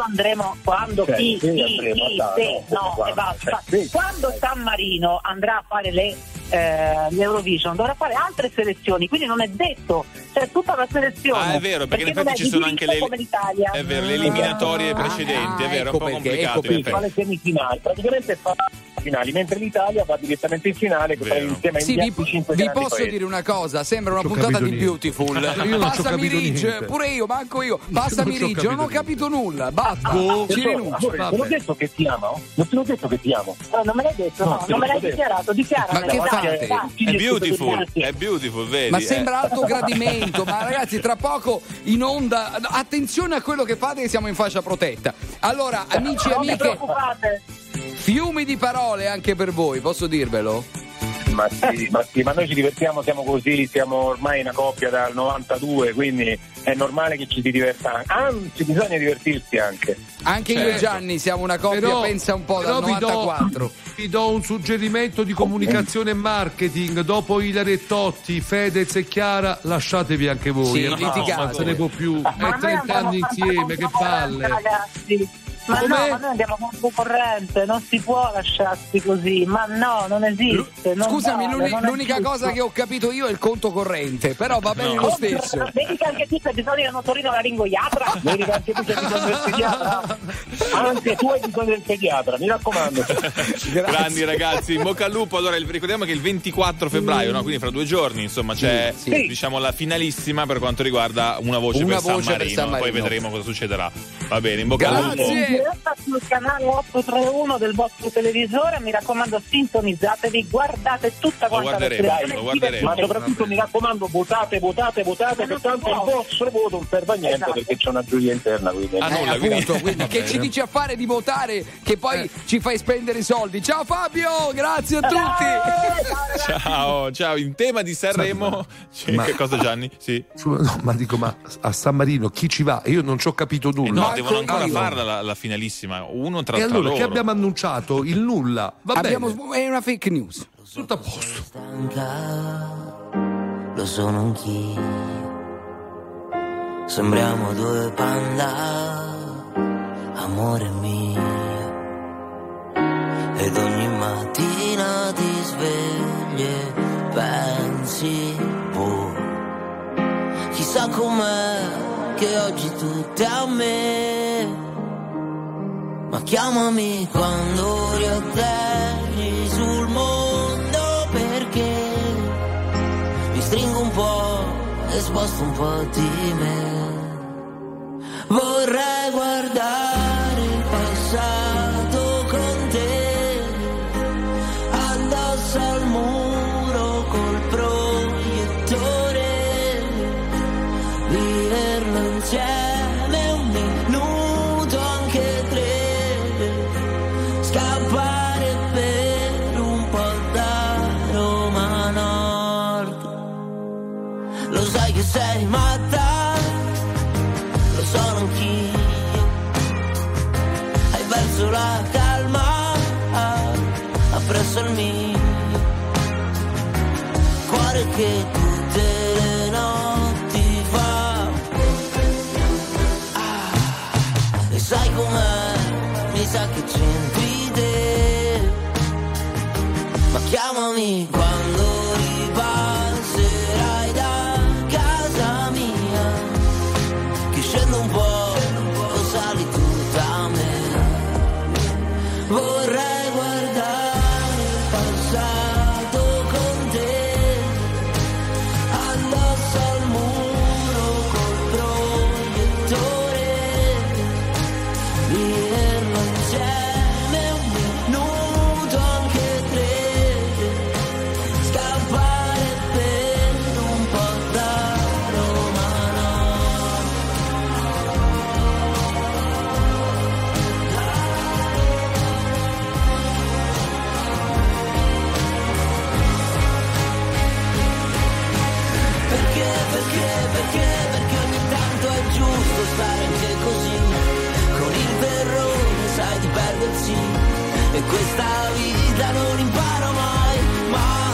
San Marino andrà a fare l'Eurovision dovrà fare altre selezioni, quindi non è detto, c'è tutta la selezione. È vero, perché in effetti ci sono anche le eliminatorie precedenti, è vero, è un po' complicato. Le semifinali, praticamente fa finali, mentre l'Italia va direttamente in finale insieme ai 5 vi posso dire una cosa, sembra una puntata di Beautiful. Passami Ridge, pure io, manco io. Passami Ridge, non ho capito nulla. Ci rinuncio. Non ho detto che ti amo? Non te l'ho detto che ti amo? Non me l'hai detto, non me l'hai dichiarato. Ma che fate? È beautiful, vedi? Ma sembra alto gradimento. Ma ragazzi, tra poco in onda, attenzione a quello che fate, che siamo in fascia protetta. Allora, amici e amiche, fiumi di parole anche per voi, posso dirvelo? Ma noi ci divertiamo, siamo così, siamo ormai una coppia dal 92, quindi è normale che ci si diverta, anzi bisogna divertirsi anche. Anche io e Gianni siamo una coppia, pensa un po', dal 94. Vi do un suggerimento di comunicazione e marketing: dopo Ilari e Totti, Fedez e Chiara, lasciatevi anche voi. Sì, litigate. Non se ne può più, è 30 anni insieme, che palle. Ragazzi. Ma noi andiamo con corrente, non si può lasciarsi così, ma no, non esiste. Scusami, l'unica cosa che ho capito io è il conto corrente, però va bene lo stesso. Vedi che anche tu hai bisogno di un motorino laringoiatra? Vedi che anche tu hai bisogno del pediatra? Anche tu hai bisogno del pediatra, mi raccomando. Grandi ragazzi, in bocca al lupo. Allora ricordiamo che il 24 febbraio, no? Quindi fra 2 giorni, insomma, c'è diciamo la finalissima per quanto riguarda Una voce per San Marino. Poi vedremo cosa succederà. Va bene, in bocca al lupo. Sul canale 831 del vostro televisore, mi raccomando, sintonizzatevi, guardate tutta quanta lo guarderemo. Ma soprattutto mi raccomando, votate, perché tanto il vostro voto non serve a niente, perché c'è una giuria interna. Quindi che ci dici a fare di votare, che poi ci fai spendere i soldi. Ciao Fabio, grazie a tutti. Ciao. In tema di Sanremo, che cosa, Gianni? Sì. No, ma dico, ma a San Marino chi ci va? Io non ci ho capito nulla. No, devono ancora farla la finalissima. Uno tra allora loro. Che abbiamo annunciato il nulla. Va bene. È una fake news. Tutto a posto. Lo sono anch'io. Sembriamo 2 panda, amore mio. Ed ogni mattina ti svegli e pensi, chissà com'è che oggi tutto è a me. Ma chiamami quando riatterri sul mondo, perché mi stringo un po' e sposto un po' di me. Vorrei guardare il passato con te, addosso al muro col proiettore, viverlo insieme. Lo sai che sei matta, lo sono anch'io. Hai perso la calma appresso al mio cuore che tutte le notti fa. E sai com'è, mi sa che c'entri te, ma chiamami quando ripasserai da casa mia, che scendo un po', o sali tu da me. Vorrei guardare il passato con te, addosso al muro col proiettore, vederlo insieme un minuto, anche tre, scappare per un po' da Roma, no. Perché ogni tanto è giusto stare anche così, con il terrore sai di perdersi, e questa vita non imparo mai, ma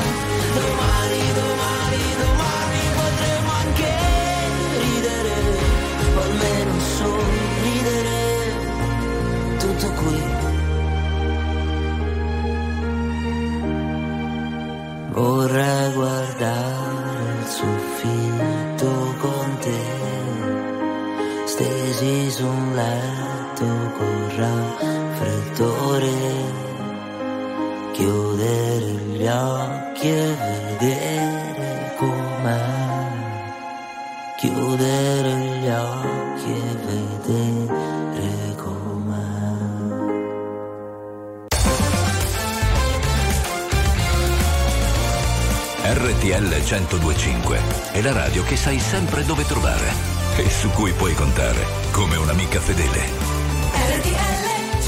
domani potremo anche ridere, o almeno sorridere, tutto qui. Vorrei guardare il soffitto con te, stesi su un letto con raffreddore, chiudere gli occhi e vedere com'è, chiudere gli occhi e vedere com'è. RTL 102.5 è la radio che sai sempre dove trovare e su cui puoi contare come un'amica fedele. RTL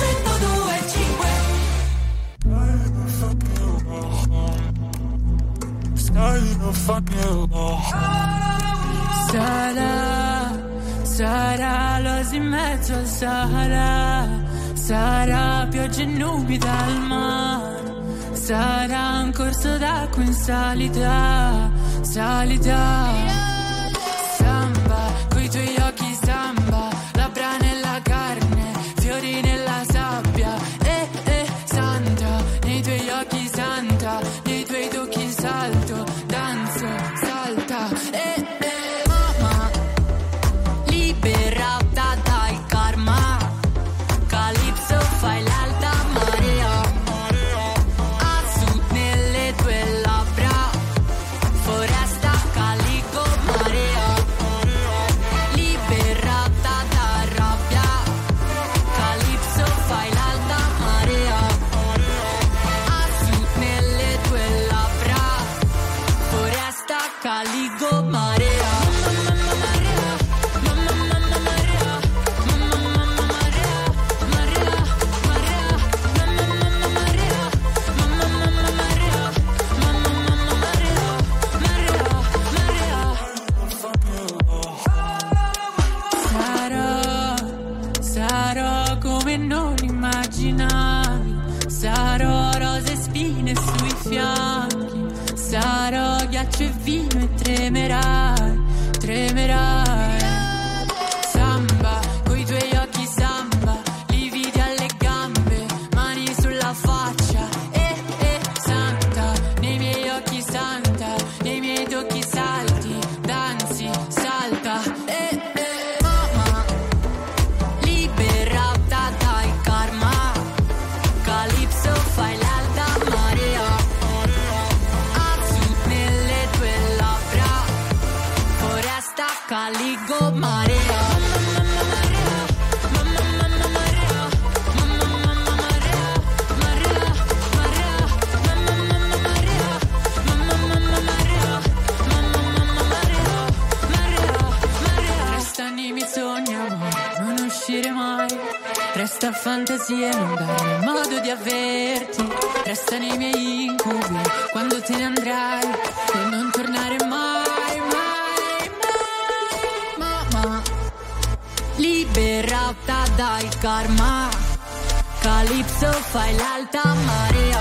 102.5. Sarà l'oasi in mezzo al Sahara, sarà pioggia e nubi dal mare, sarà un corso d'acqua in salita, samba, coi tuoi occhi samba, labbra nella carne, fiori nella sabbia, santa, nei tuoi occhi santa, nei tuoi tocchi salto, danzo, salta, mamma, liberata dal karma, Calypso fai l'alta marea, a sud nelle tue labbra, foresta calico marea, liberata da rabbia, Calypso fai l'alta marea, a sud nelle tue labbra, foresta calico marea. Sarò come non immaginavi, sarò rose e spine sui fianchi, sarò ghiaccio e vino e tremerai, samba, coi tuoi occhi samba, lividi alle gambe, mani sulla faccia, santa, nei miei occhi santa, nei miei tocchi salti, danzi, salta, mamma, liberata dal karma, Calypso fai l'alta marea, a sud nelle tue labbra, foresta calico marea. Restano i miei sogni, amore, non uscire mai, resta fantasia e non dare modo di averti, restano i miei incubi quando te ne andrai e non tornare mai, mai, mai. interrotta dal karma. Calypso fai l'alta marea,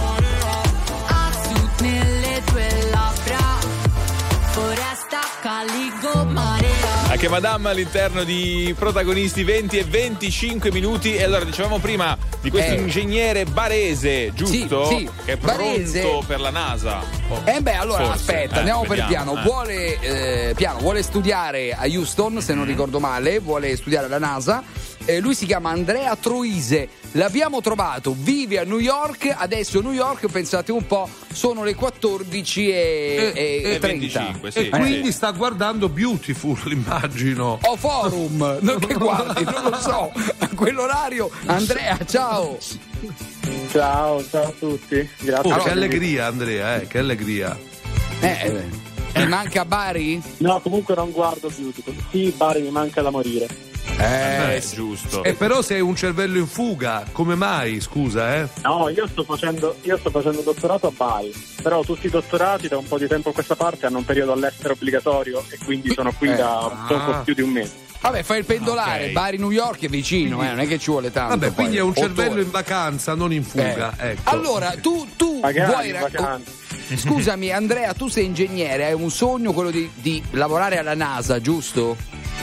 a nelle tue labbra, foresta caligo marea. Anche Madame all'interno di Protagonisti, 20 e 25 minuti. E allora dicevamo prima di questo ingegnere barese, giusto? Sì, che è barese. pronto per la NASA. Allora Forse. aspetta, andiamo per vediamo, piano. Vuole studiare a Houston, se non ricordo male, vuole studiare alla NASA. Lui si chiama Andrea Troise, l'abbiamo trovato, vive a New York. Adesso New York, pensate un po', sono le 14:30. 25, sì. E quindi sta guardando Beautiful, immagino. O Forum, non che guardi, non lo so. A quell'orario, Andrea, ciao. Ciao a tutti. Grazie. Che allegria, Andrea, che allegria. Ti manca Bari? No, comunque non guardo Beautiful. Sì, Bari mi manca da morire. Giusto. Però sei un cervello in fuga, come mai, scusa, No, io sto facendo dottorato a Bari, però tutti i dottorati da un po' di tempo a questa parte hanno un periodo all'estero obbligatorio e quindi sono qui da poco più di un mese. Vabbè, fai il pendolare, Bari New York è vicino, non è che ci vuole tanto. Vabbè, quindi è un 8 cervello ore. in vacanza, non in fuga. Ecco. Allora, tu Magari vuoi Scusami Andrea, tu sei ingegnere, hai un sogno, quello di lavorare alla NASA, giusto?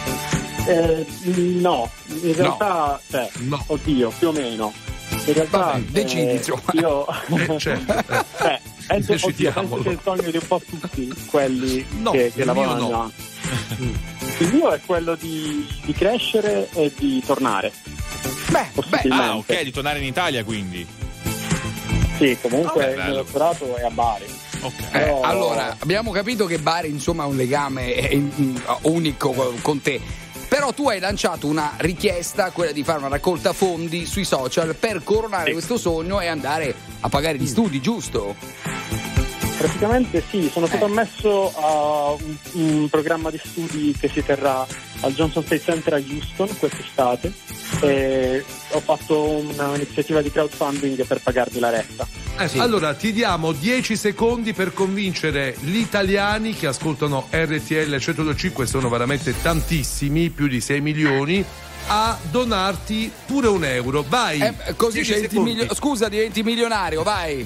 No, in realtà, oddio, più o meno. In realtà, decidi, insomma. Io penso che è il sogno di un po' tutti quelli che lavorano alla NASA. Il mio è quello di crescere e di tornare. Ok, di tornare in Italia quindi. Sì, comunque il mio dottorato è a Bari. Okay. Allora, abbiamo capito che Bari insomma ha un legame unico con te. Però tu hai lanciato una richiesta, quella di fare una raccolta fondi sui social per coronare questo sogno e andare a pagare gli studi, giusto? Praticamente sì, sono stato ammesso a un programma di studi che si terrà al Johnson Space Center a Houston quest'estate e ho fatto un'iniziativa di crowdfunding per pagarmi la retta. Allora ti diamo 10 secondi per convincere gli italiani che ascoltano RTL 102.5, sono veramente tantissimi, più di 6 milioni, a donarti pure €1. Vai! Così diventi milionario, vai!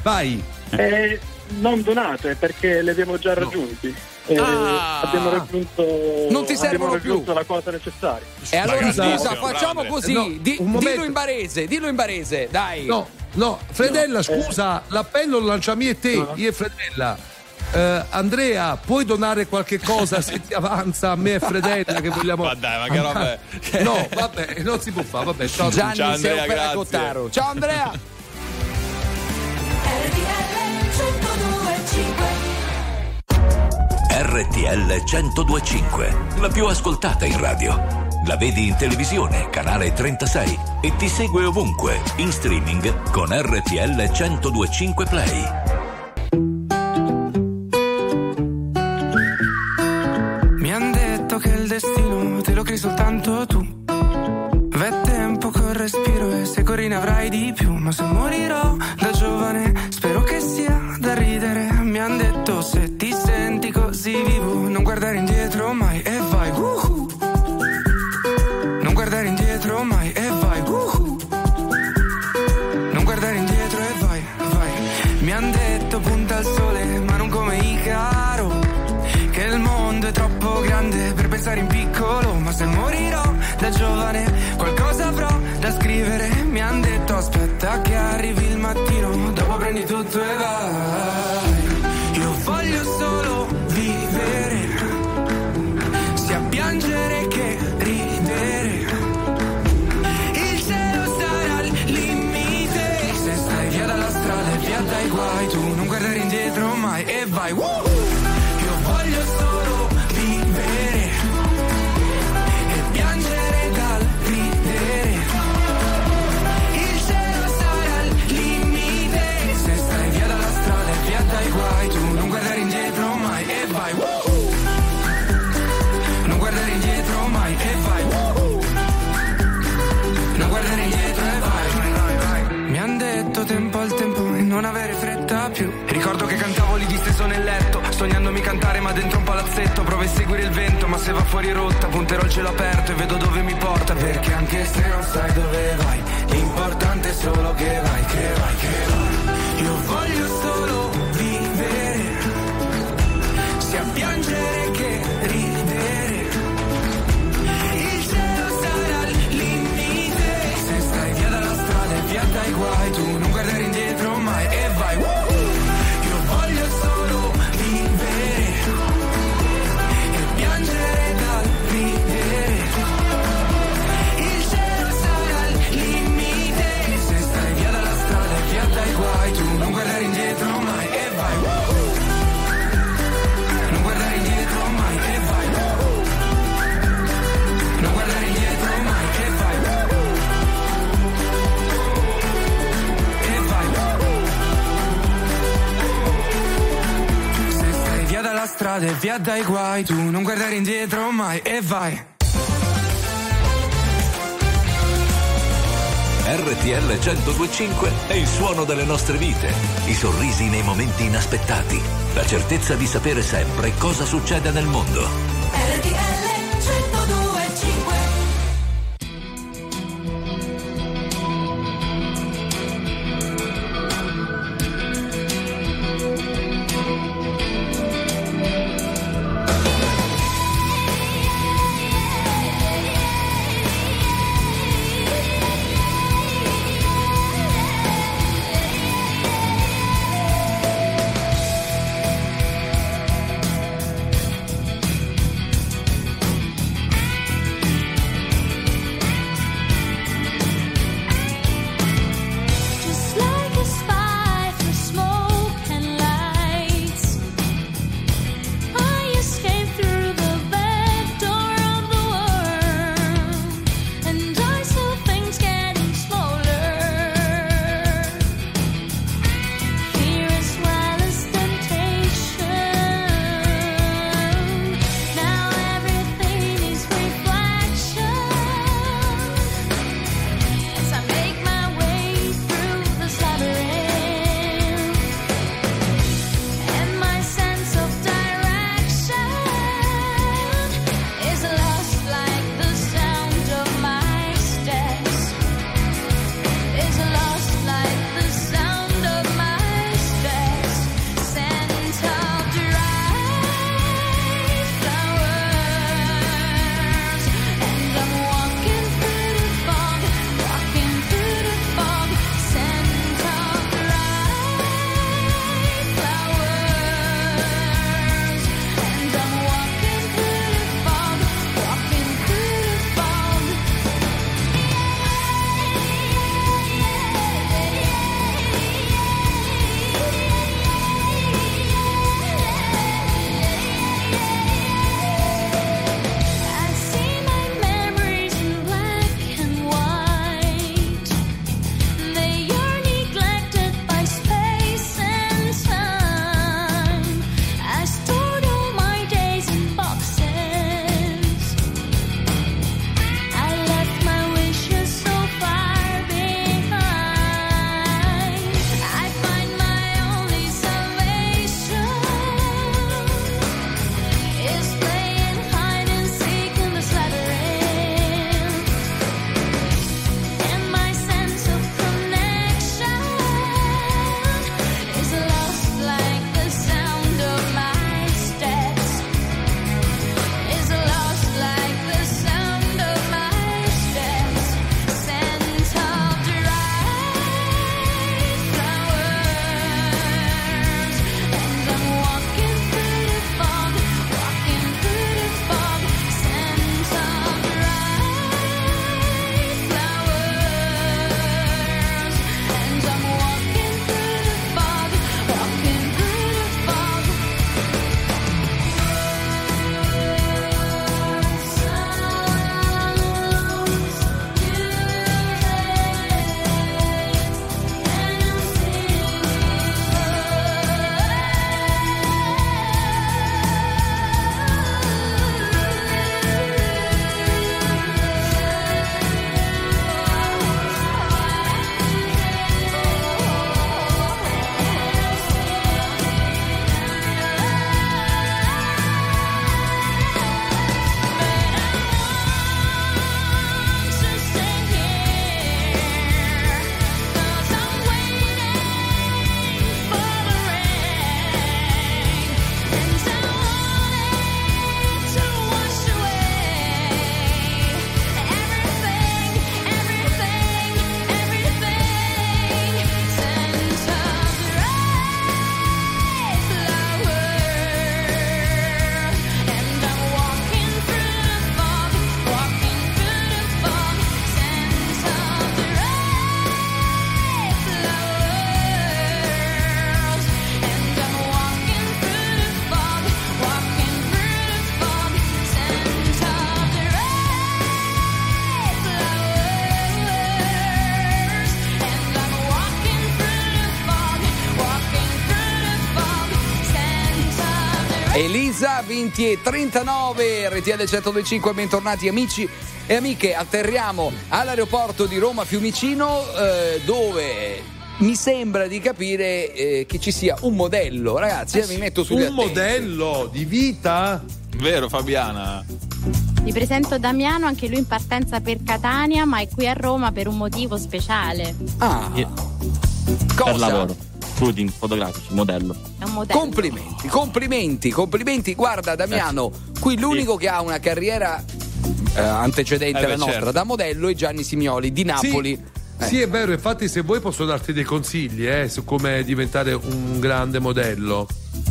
Non donate perché li abbiamo già raggiunti. Abbiamo raggiunto, non ti servono più la cosa necessaria. E allora scusa, facciamo così, dillo in barese, dai. No, Fredella, scusa, l'appello lo lanciami e te, io e Fredella. Andrea, puoi donare qualche cosa se ti avanza a me e Fredella che vogliamo. Ma dai, ma che roba è? No, vabbè, non si può fare, vabbè. Ciao Gianni, Andrea, sei un grazie. Cottaro. Ciao Andrea. RTL 102.5, la più ascoltata in radio. La vedi in televisione, canale 36 e ti segue ovunque, in streaming con RTL 102.5 Play. Mi han detto che il destino te lo crei soltanto tu. V'è tempo col respiro e se corri ne avrai di più. Ma se morirò da giovane spero che sia da ridere. Mi han detto se ti senti così vivo non guardare indietro mai e vai non guardare indietro mai e vai non guardare indietro e vai mi han detto punta al sole ma non come Icaro, che il mondo è troppo grande per pensare in piccolo. Ma se morirò da giovane qualcosa avrò da scrivere. Mi han detto aspetta che arrivi il mattino, dopo prendi tutto e vai. Io voglio solo vivere, sia piangere che ridere. Il cielo sarà al limite, se stai via dalla strada e via dai guai, tu non guardare indietro mai e vai. Io voglio solo vivere e piangere dal ridere. Il cielo sarà al limite, se stai via dalla strada e via dai guai, tu non guardare indietro mai e vai. Non guardare indietro mai e vai. Non guardare indietro e vai. Mi han detto tempo al tempo e non avere fretta più. Ricordo che cantavo lì disteso nel letto, sognandomi cantare ma dentro un palazzetto. Provo a seguire il vento ma se va fuori rotta punterò il cielo aperto e vedo dove mi porta. Perché anche se non sai dove vai, l'importante è solo che vai, che vai, che vai. Io voglio solo vivere, sia piangere che ridere. Il cielo sarà il limite, se stai via dalla strada e via dai guai, tu non guardare indietro mai e vai. Io voglio solo vivere e piangere dal ridere. Il cielo sarà il limite, se stai via dalla strada e via dai guai, tu non guardare indietro mai e vai. Non guardare indietro mai e vai. Non guardare indietro mai e vai. E vai. Se stai via dalla strada e via dai guai, tu non guardare indietro mai e vai. RTL 102.5 è il suono delle nostre vite, i sorrisi nei momenti inaspettati, la certezza di sapere sempre cosa succede nel mondo. RTL 102.5. Elisa, 20:39, RTL 125, bentornati amici e amiche. Atterriamo all'aeroporto di Roma Fiumicino, dove mi sembra di capire che ci sia un modello. Ragazzi, mi metto sugli attenti. Un modello di vita? Vero, Fabiana? Vi presento Damiano, anche lui in partenza per Catania, ma è qui a Roma per un motivo speciale. Cosa? Per lavoro, shooting fotografici, modello. È un modello. Complimenti. Guarda, Damiano, qui l'unico che ha una carriera antecedente alla nostra, certo, da modello, è Gianni Simioli di Napoli. Sì, è vero, infatti se vuoi posso darti dei consigli su come diventare un grande modello.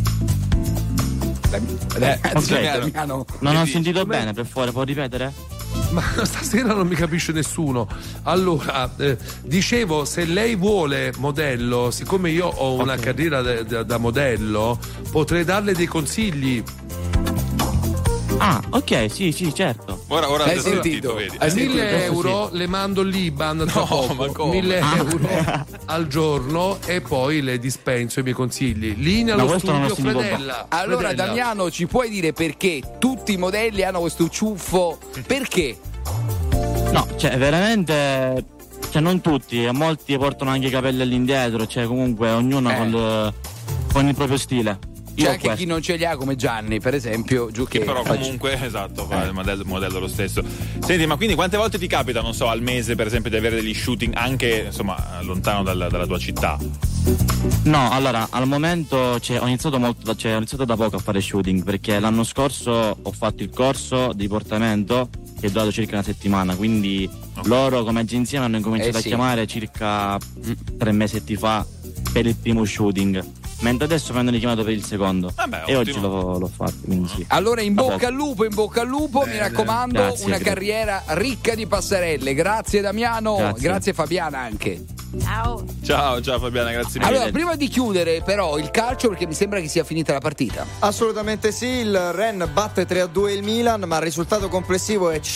Damiano, non ho sentito bene, per favore, può ripetere? Ma stasera non mi capisce nessuno. Allora, dicevo, se lei vuole modello, siccome io ho una carriera da modello, potrei darle dei consigli. Ah, ok, sì, certo. Ora hai sentito? Vedi? 1.000 euro le mando l'Iban tra poco. 1.000 euro al giorno e poi le dispenso i miei consigli. Linea allo studio Fredella. Allora, Damiano, ci puoi dire perché tutti i modelli hanno questo ciuffo? Perché? No, veramente, non tutti, molti portano anche i capelli all'indietro, comunque ognuno con il proprio stile. C'è anche chi non ce li ha, come Gianni, per esempio, giù che però comunque esatto, fa il modello lo stesso. Senti, ma quindi quante volte ti capita, non so, al mese per esempio, di avere degli shooting anche insomma lontano dalla tua città? No, allora al momento ho iniziato da poco a fare shooting, perché l'anno scorso ho fatto il corso di portamento che è durato circa una settimana, quindi loro come agenzia mi hanno incominciato a chiamare circa 3 mesetti fa per il primo shooting, mentre adesso mi hanno richiamato per il secondo. E oggi l'ho fatto, quindi sì. Allora in bocca al lupo, mi raccomando. Grazie, una carriera ricca di passerelle. Grazie Damiano, grazie Fabiana anche. Ciao Fabiana, grazie mille. Allora, prima di chiudere però il calcio, perché mi sembra che sia finita la partita. Assolutamente sì, il Rennes batte 3-2 il Milan, ma il risultato complessivo è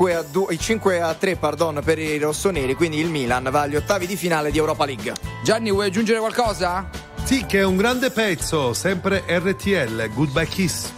5-3 per i rossoneri, quindi il Milan va agli ottavi di finale di Europa League. Gianni, vuoi aggiungere qualcosa? Sì, che è un grande pezzo, sempre RTL, Goodbye Kiss.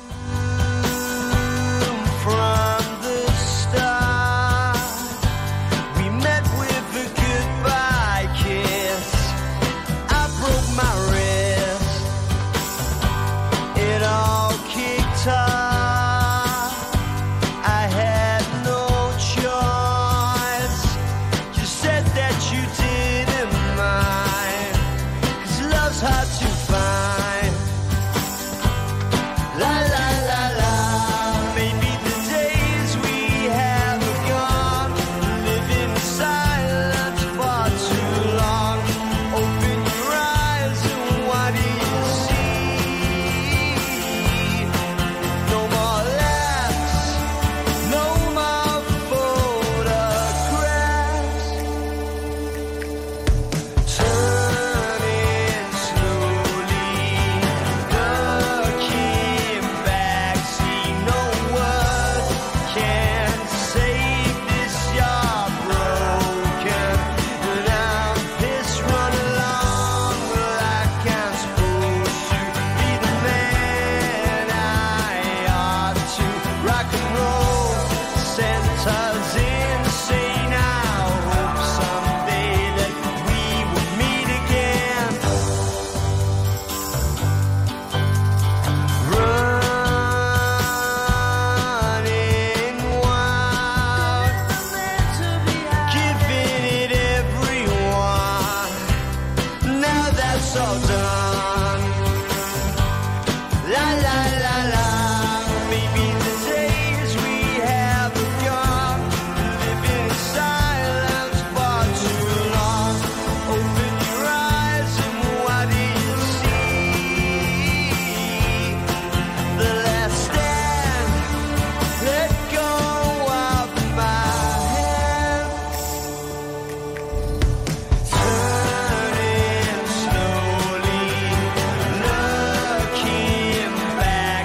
Back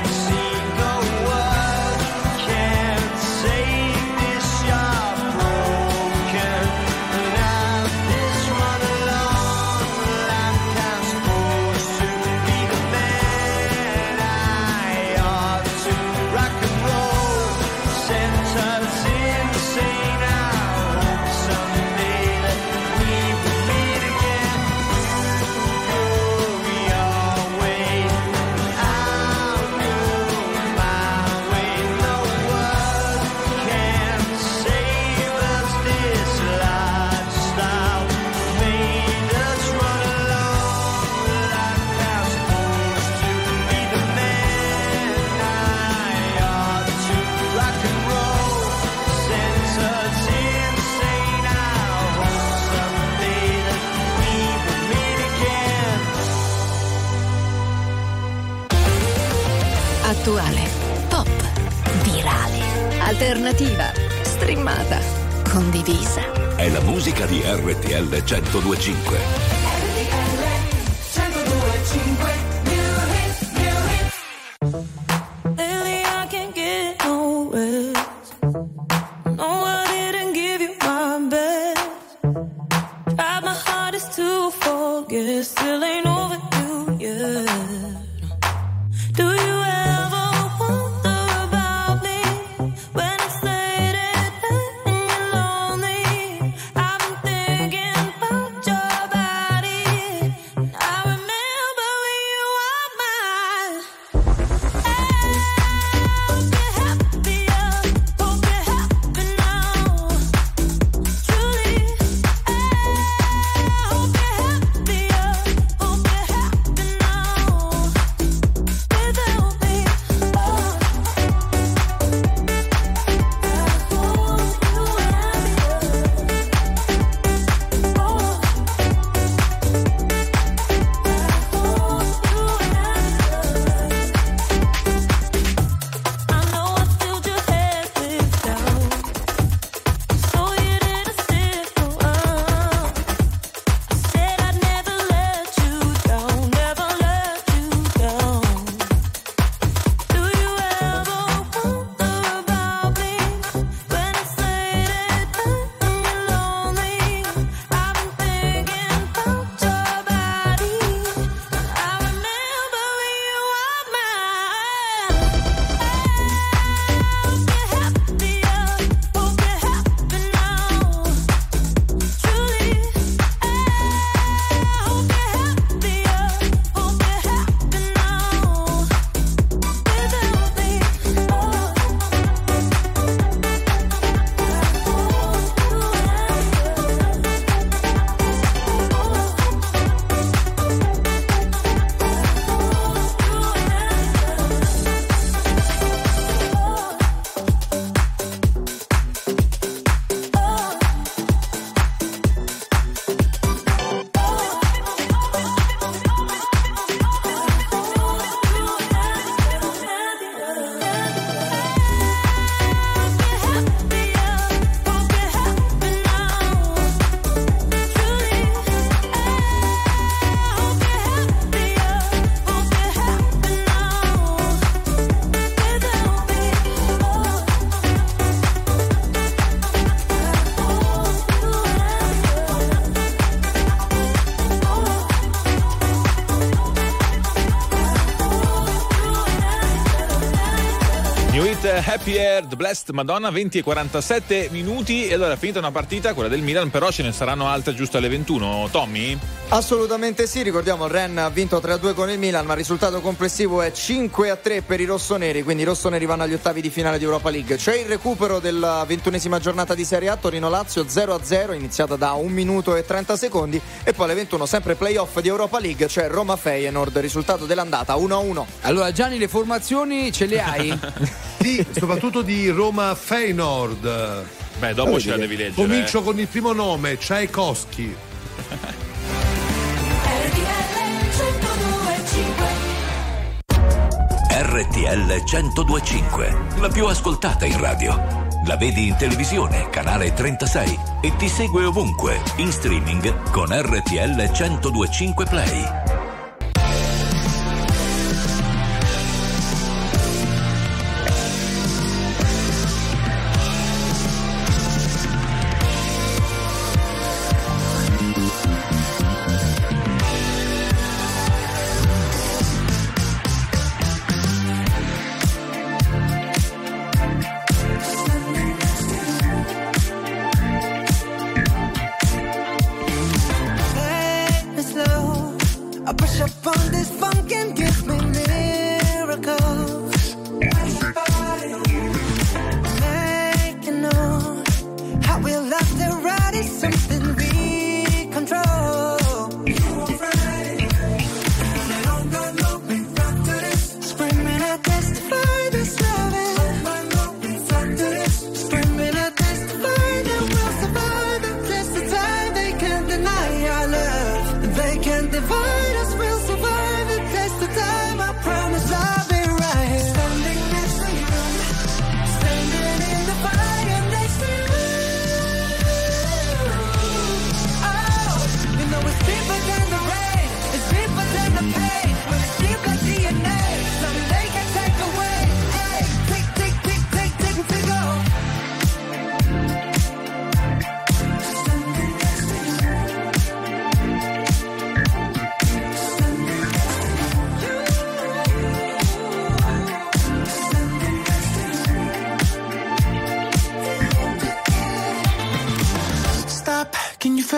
attuale, pop, virale, alternativa, streamata, condivisa. È la musica di RTL 102.5. Lately I can't get no rest. No, I didn't give you my best. Tried my hardest to forget, still ain't over you yet. Do you ever wonder about me when it's late at night and you're lonely? I've been thinking about your body. I remember when you were mine. Hope you're happier, hope you're happy now. Truly, hope you're happier, hope you're happy now. Without me, I know I filled your head with doubt, so you didn't stick around. I said I'd never let you down, never let you down. Do you ever wonder about me when it's late at night and you're lonely? I've been thinking about your body. I remember when you were mine. Hope you're happier, hope you're happy now. Truly, hope you're happier, hope you're happy now. Without me, New Hit Happier, The Blessed Madonna, 20:47 minuti. E allora è finita una partita, quella del Milan, però ce ne saranno altre giusto alle 21. Tommy? Assolutamente sì, ricordiamo il Rennes ha vinto 3-2 con il Milan, ma il risultato complessivo è 5-3 per i rossoneri, quindi i rossoneri vanno agli ottavi di finale di Europa League. C'è il recupero della 21esima giornata di Serie A, Torino-Lazio 0-0, iniziata da 1 minuto e 30 secondi, e poi alle 21 sempre playoff di Europa League, c'è Roma-Feyenoord, risultato dell'andata 1-1. Allora Gianni, le formazioni ce le hai? Sì, soprattutto di Roma-Feyenoord. Beh, dopo ce la devi leggere. Comincio con il primo nome, Tchaikovsky. RTL 102.5, la più ascoltata in radio. La vedi in televisione, canale 36, e ti segue ovunque, in streaming con RTL 102.5 Play.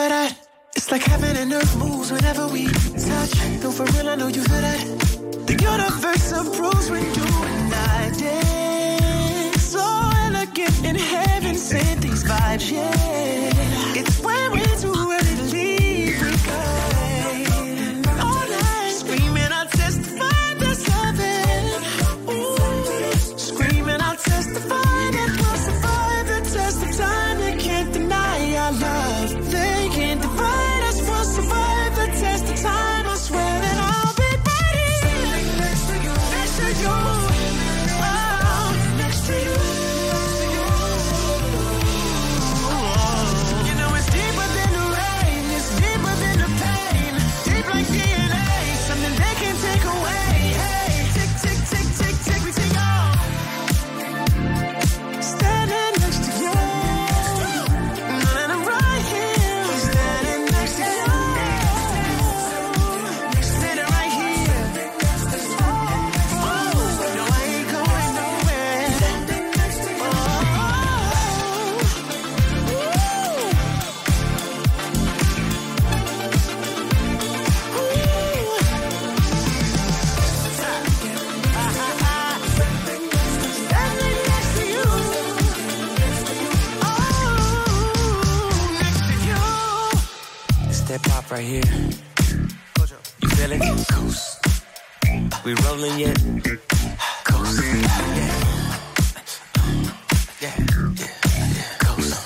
feel that? It's like heaven and earth moves whenever we touch. No, for real, I know you feel that. The universe approves when you and I dance. So elegant in heaven, sent these vibes, yeah. It's when we're too early to leave, we go all night, screaming, I'll testify there's heaven. Ooh, screaming, I'll testify that we'll survive the test of time. They can't deny our love. They can't divide us. We'll survive the test of time. I swear that I'll be right here next to you, next to you. Oh, next to you. You know it's deeper than the rain. It's deeper than the pain. Deep like DNA. Something they can't take away. Hey, tick, tick, tick, tick, tick, we take off. Standing next to you. And I'm right here. Standing next to you. Standing right here. Oh, no, I ain't going nowhere. Standing next to you. It's that pop right here. You feel it? Coast. We rolling yet? Coast. Yeah. Coast.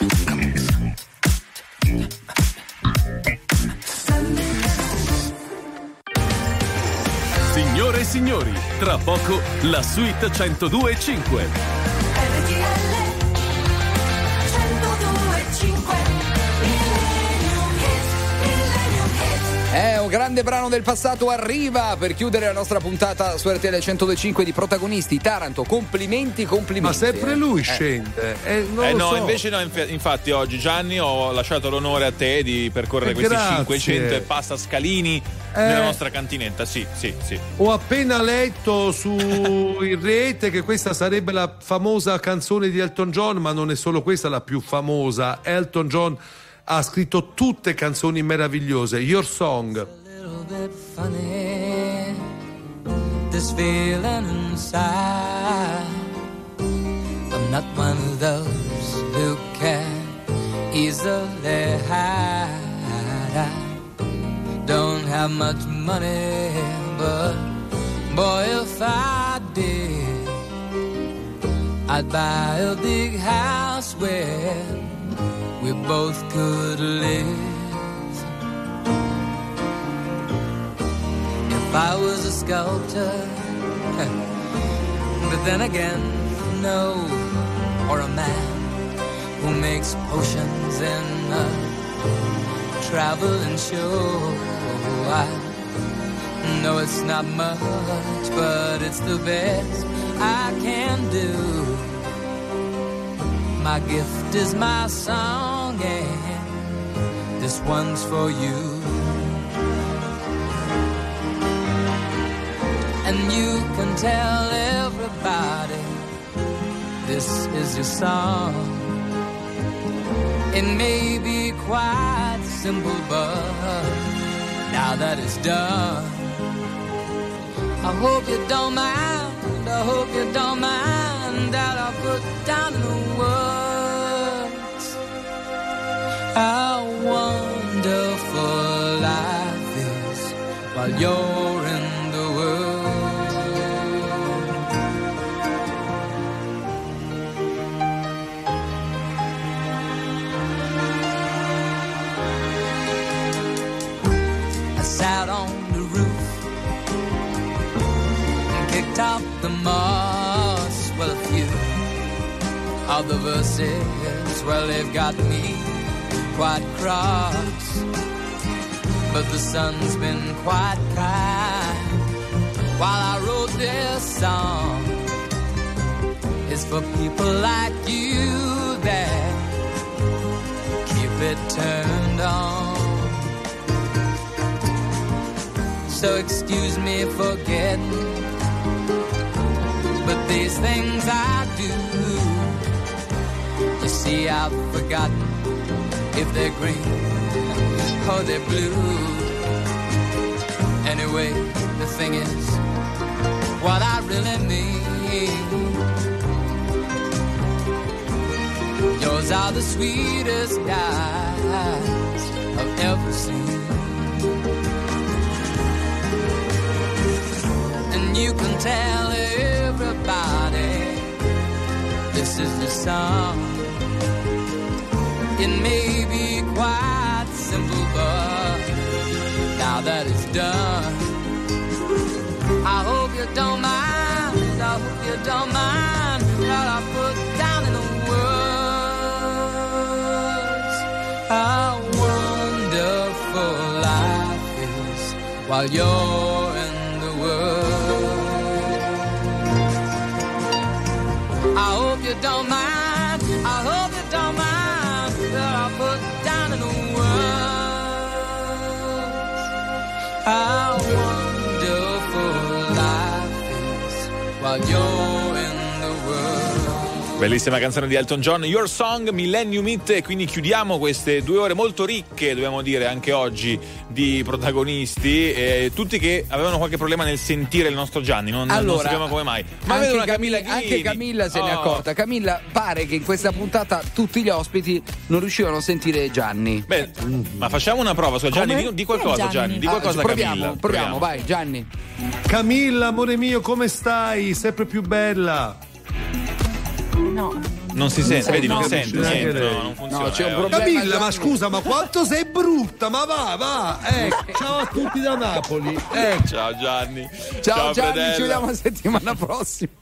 Signore e signori, tra poco la Suite 102.5. Un grande brano del passato arriva per chiudere la nostra puntata su RTL 102.5 di Protagonisti. Taranto, complimenti. Ma sempre lui scende. Non lo no, so. invece no, infatti oggi Gianni ho lasciato l'onore a te di percorrere questi Grazie. 500 e passa scalini nella nostra cantinetta, sì. Ho appena letto su in rete che questa sarebbe la famosa canzone di Elton John, ma non è solo questa la più famosa. Elton John ha scritto tutte canzoni meravigliose. Your Song. Bit funny, this feeling inside. I'm not one of those who can easily hide. I don't have much money, but boy, if I did, I'd buy a big house where we both could live. If I was a sculptor, but then again, no, or a man who makes potions in a traveling show. I know it's not much, but it's the best I can do. My gift is my song, and this one's for you. And you can tell everybody this is your song. It may be quite simple, but now that it's done, I hope you don't mind, I hope you don't mind that I put down in the words how wonderful life is while you're in the world. Sat on the roof and kicked out the moss. Well, a few of the verses, well, they've got me quite cross. But the sun's been quite kind while I wrote this song. It's for people like you that keep it turned on. So excuse me for getting, but these things I do, you see I've forgotten if they're green oh, they're blue. Anyway, the thing is, what I really need, yours are the sweetest eyes I've ever seen. And you can tell everybody this is the song. It may be quite simple, but now that it's done, I hope you don't mind, I hope you don't mind what I put down in the words. How wonderful life is while you're in the world. I hope you don't mind, I hope you don't mind what I put down in the words. How wonderful life is while you're in the world. Bellissima canzone di Elton John, Your Song, Millennium Hit, e quindi chiudiamo queste 2 ore molto ricche, dobbiamo dire, anche oggi, di protagonisti, tutti che avevano qualche problema nel sentire il nostro Gianni, non sappiamo come mai. Ma vedo una Camilla Ghini. Anche Camilla se ne è accorta. Camilla, pare che in questa puntata tutti gli ospiti non riuscivano a sentire Gianni. Beh, ma facciamo una prova su Gianni, di qualcosa Gianni, di qualcosa a Camilla. Proviamo, vai Gianni. Camilla, amore mio, come stai? Sempre più bella. No. Non si sente, vedi, non sente niente, non funziona. No, c'è un problema. Camilla, ma scusa, ma quanto sei brutta? Ma va. Ciao a tutti da Napoli. Ciao Gianni. Ciao Gianni, ci vediamo la settimana prossima.